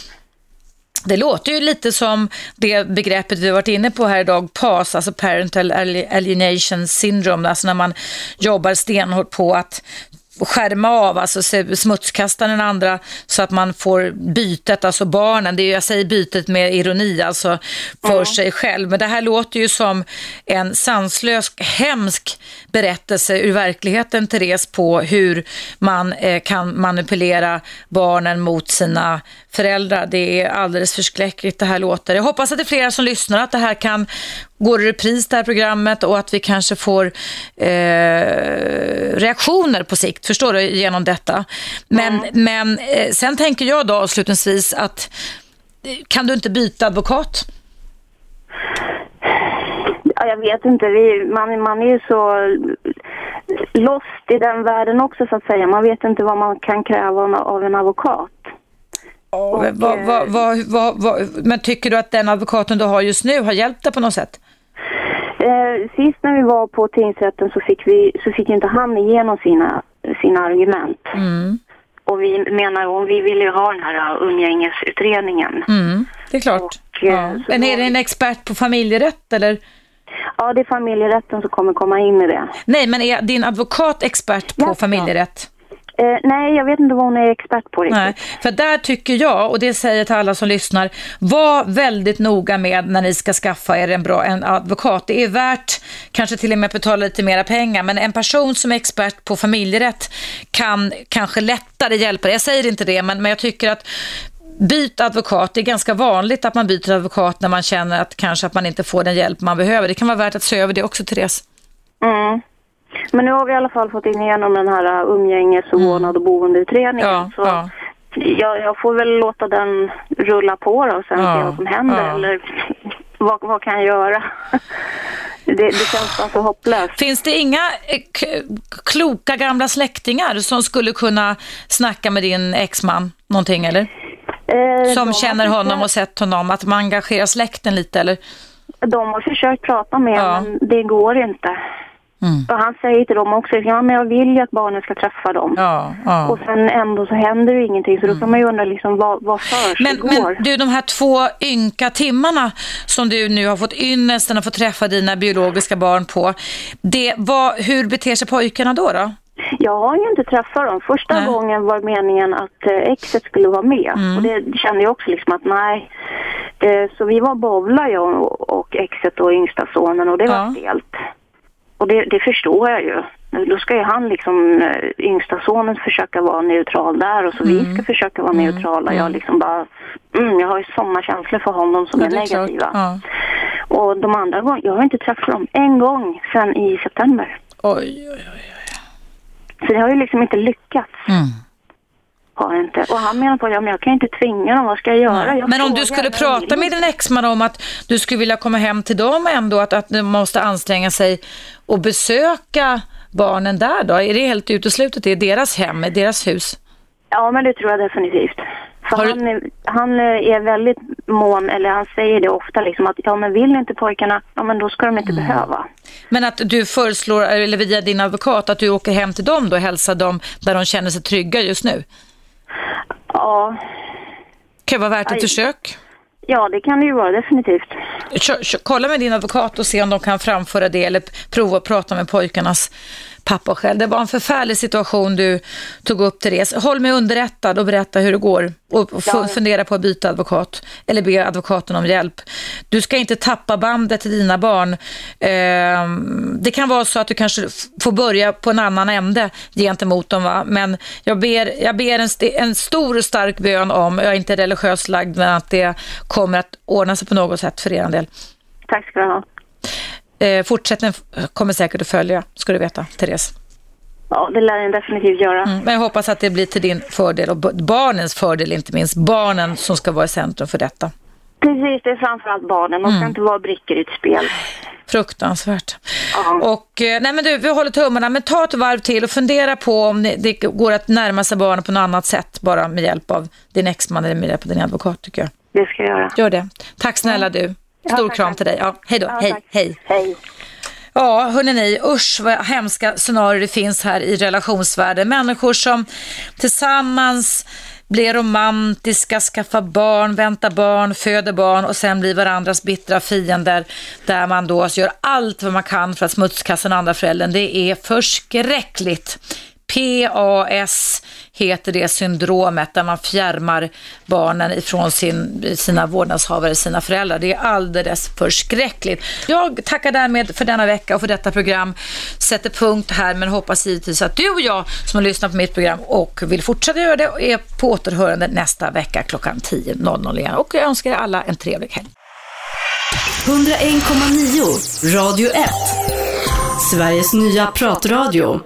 Det låter ju lite som det begreppet vi har varit inne på här idag, P A S, alltså Parental Alienation Syndrome, alltså när man jobbar stenhårt på att skärma av, alltså smutskasta den andra så att man får bytet, alltså barnen, det är ju, jag säger bytet med ironi, alltså för mm. sig själv, men det här låter ju som en sanslös, hemsk berättelse ur verkligheten, Therese, på hur man eh, kan manipulera barnen mot sina föräldrar. Det är alldeles förskräckligt det här låter. Jag hoppas att det är flera som lyssnar, att det här kan gå i repris, det här programmet, och att vi kanske får eh, reaktioner på sikt, förstår du, genom detta. Men, mm. men eh, sen tänker jag då avslutningsvis att kan du inte byta advokat? Ja, jag vet inte. Vi, man, man är ju så lost i den världen också, så att säga. Man vet inte vad man kan kräva av en advokat. Och, och, vad, vad, vad, vad, vad, men tycker du att den advokaten du har just nu har hjälpt dig på något sätt? Eh, sist när vi var på tingsrätten så fick, vi, så fick inte han igenom sina, sina argument. Mm. Och vi menar, om vi vill ju ha den här umgängesutredningen. Mm, det är klart. Och, ja. Men är det en expert på familjerätt eller? Ja, det är familjerätten som kommer komma in i det. Nej, men är din advokat expert på ja, familjerätt? Eh, nej, jag vet inte vad hon är expert på riktigt. Nej, för där tycker jag, och det säger jag till alla som lyssnar, var väldigt noga med när ni ska skaffa er en bra en advokat. Det är värt kanske till och med att betala lite mera pengar, men en person som är expert på familjerätt kan kanske lättare hjälpa. Jag säger inte det, men, men jag tycker att byt advokat, det är ganska vanligt att man byter advokat när man känner att kanske att man inte får den hjälp man behöver. Det kan vara värt att se över det också, Therese. Mm. Men nu har vi i alla fall fått in igenom den här umgänges- och vårdnad- och boendeutredningen. Ja, så ja. jag, jag får väl låta den rulla på då och sen Ja, se vad som händer. ja. Eller vad, vad kan jag göra? det, det känns bara så hopplöst. Finns det inga eh, k- kloka gamla släktingar som skulle kunna snacka med din exman någonting, eller? Eh, Som de känner har honom och sett honom, att man engagerar släkten lite, eller? De har försökt prata med Ja. men det går inte. Mm. Och han säger till dem också, ja men jag vill ju att barnen ska träffa dem. Ja, ja. Och sen ändå så händer ju ingenting, så då kan man ju undra liksom vad, vad Men, försiggår. men du, de här två ynka timmarna som du nu har fått ynnesten att få träffa dina biologiska barn på, det var, hur beter sig pojkarna då då? Jag har ju inte träffat dem. Första Nej. gången var meningen att eh, exet skulle vara med. Mm. Och det kände jag också liksom att nej. Eh, så vi var bowla, jag och, och exet och yngsta sonen, och det var Ja. stelt. Och det, det förstår jag ju. Då ska ju han liksom, eh, yngsta sonen försöka vara neutral där, och så Mm. vi ska försöka vara Mm. neutrala. Jag liksom bara, mm, jag har ju sådana känslor för honom som Ja, är det är klart. negativa. Ja. Och de andra gångerna, jag har inte träffat dem en gång sedan i september. Oj, oj, oj. Så det har ju liksom inte lyckats. Mm. Har inte. Och han menar på, ja men jag kan inte tvinga dem, vad ska jag göra? Jag Men om du frågar, skulle jag prata vill med din exman om att du skulle vilja komma hem till dem ändå, att, att de måste anstränga sig och besöka barnen där då? Är det helt uteslutet? Det är deras hem, deras hus? Ja, men det tror jag definitivt. För Har du- han, är, han är väldigt mån, eller han säger det ofta liksom att ja men vill inte pojkarna, ja men då ska de inte Mm. behöva. Men att du föreslår, eller via din advokat, att du åker hem till dem då och hälsar dem där de känner sig trygga just nu? Ja, Kan vara värt ett Aj. försök. ja det kan det ju vara definitivt. Kör, kör, kolla med din advokat och se om de kan framföra det, eller prova att prata med pojkarnas pappa själv. Det var en förfärlig situation du tog upp, Therese. Håll mig underrättad och berätta hur det går. Och f- Ja. fundera på att byta advokat. Eller be advokaten om hjälp. Du ska inte tappa bandet till dina barn. Ehm, det kan vara så att du kanske f- får börja på en annan ände gentemot dem, va? Men jag ber, jag ber en, st- en stor och stark bön om, jag är inte religiöst lagd, men att det kommer att ordna sig på något sätt för er del. Tack ska du ha. Eh, fortsättningen f- kommer säkert att följa, ska du veta, Therese. Ja, det lär den definitivt göra. Mm, men jag hoppas att det blir till din fördel och b- barnens fördel, inte minst. Barnen som ska vara i centrum för detta. Precis, det är framförallt barnen. De ska Mm. inte vara brickor i ett spel. Fruktansvärt. Ja. Och, eh, nej men du, vi håller tummarna, men ta ett varv till och fundera på om det, det går att närma sig barnen på något annat sätt, bara med hjälp av din exman eller med hjälp av din advokat, tycker jag. Det ska jag göra. Gör det. Tack snälla du. Ja, Stor tack, kram tack. till dig. Ja, hej då. Ja, hej, tack. hej. Hej. Ja, hörrni, usch vad hemska scenarier det finns här i relationsvärlden. Människor som tillsammans blir romantiska, skaffar barn, väntar barn, föder barn och sen blir varandras bittra fiender, där man då gör allt vad man kan för att smutskasta den andra föräldern. Det är förskräckligt. P A S heter det syndromet, där man fjärmar barnen ifrån sin, sina vårdnadshavare, sina föräldrar. Det är alldeles förskräckligt. Jag tackar därmed för denna vecka och för detta program. Sätter punkt här, men hoppas givetvis att du och jag som har lyssnat på mitt program och vill fortsätta göra det är på återhörande nästa vecka klockan tio noll noll igen. Och jag önskar er alla en trevlig helg. hundraen komma nio Radio ett. Sveriges nya pratradio.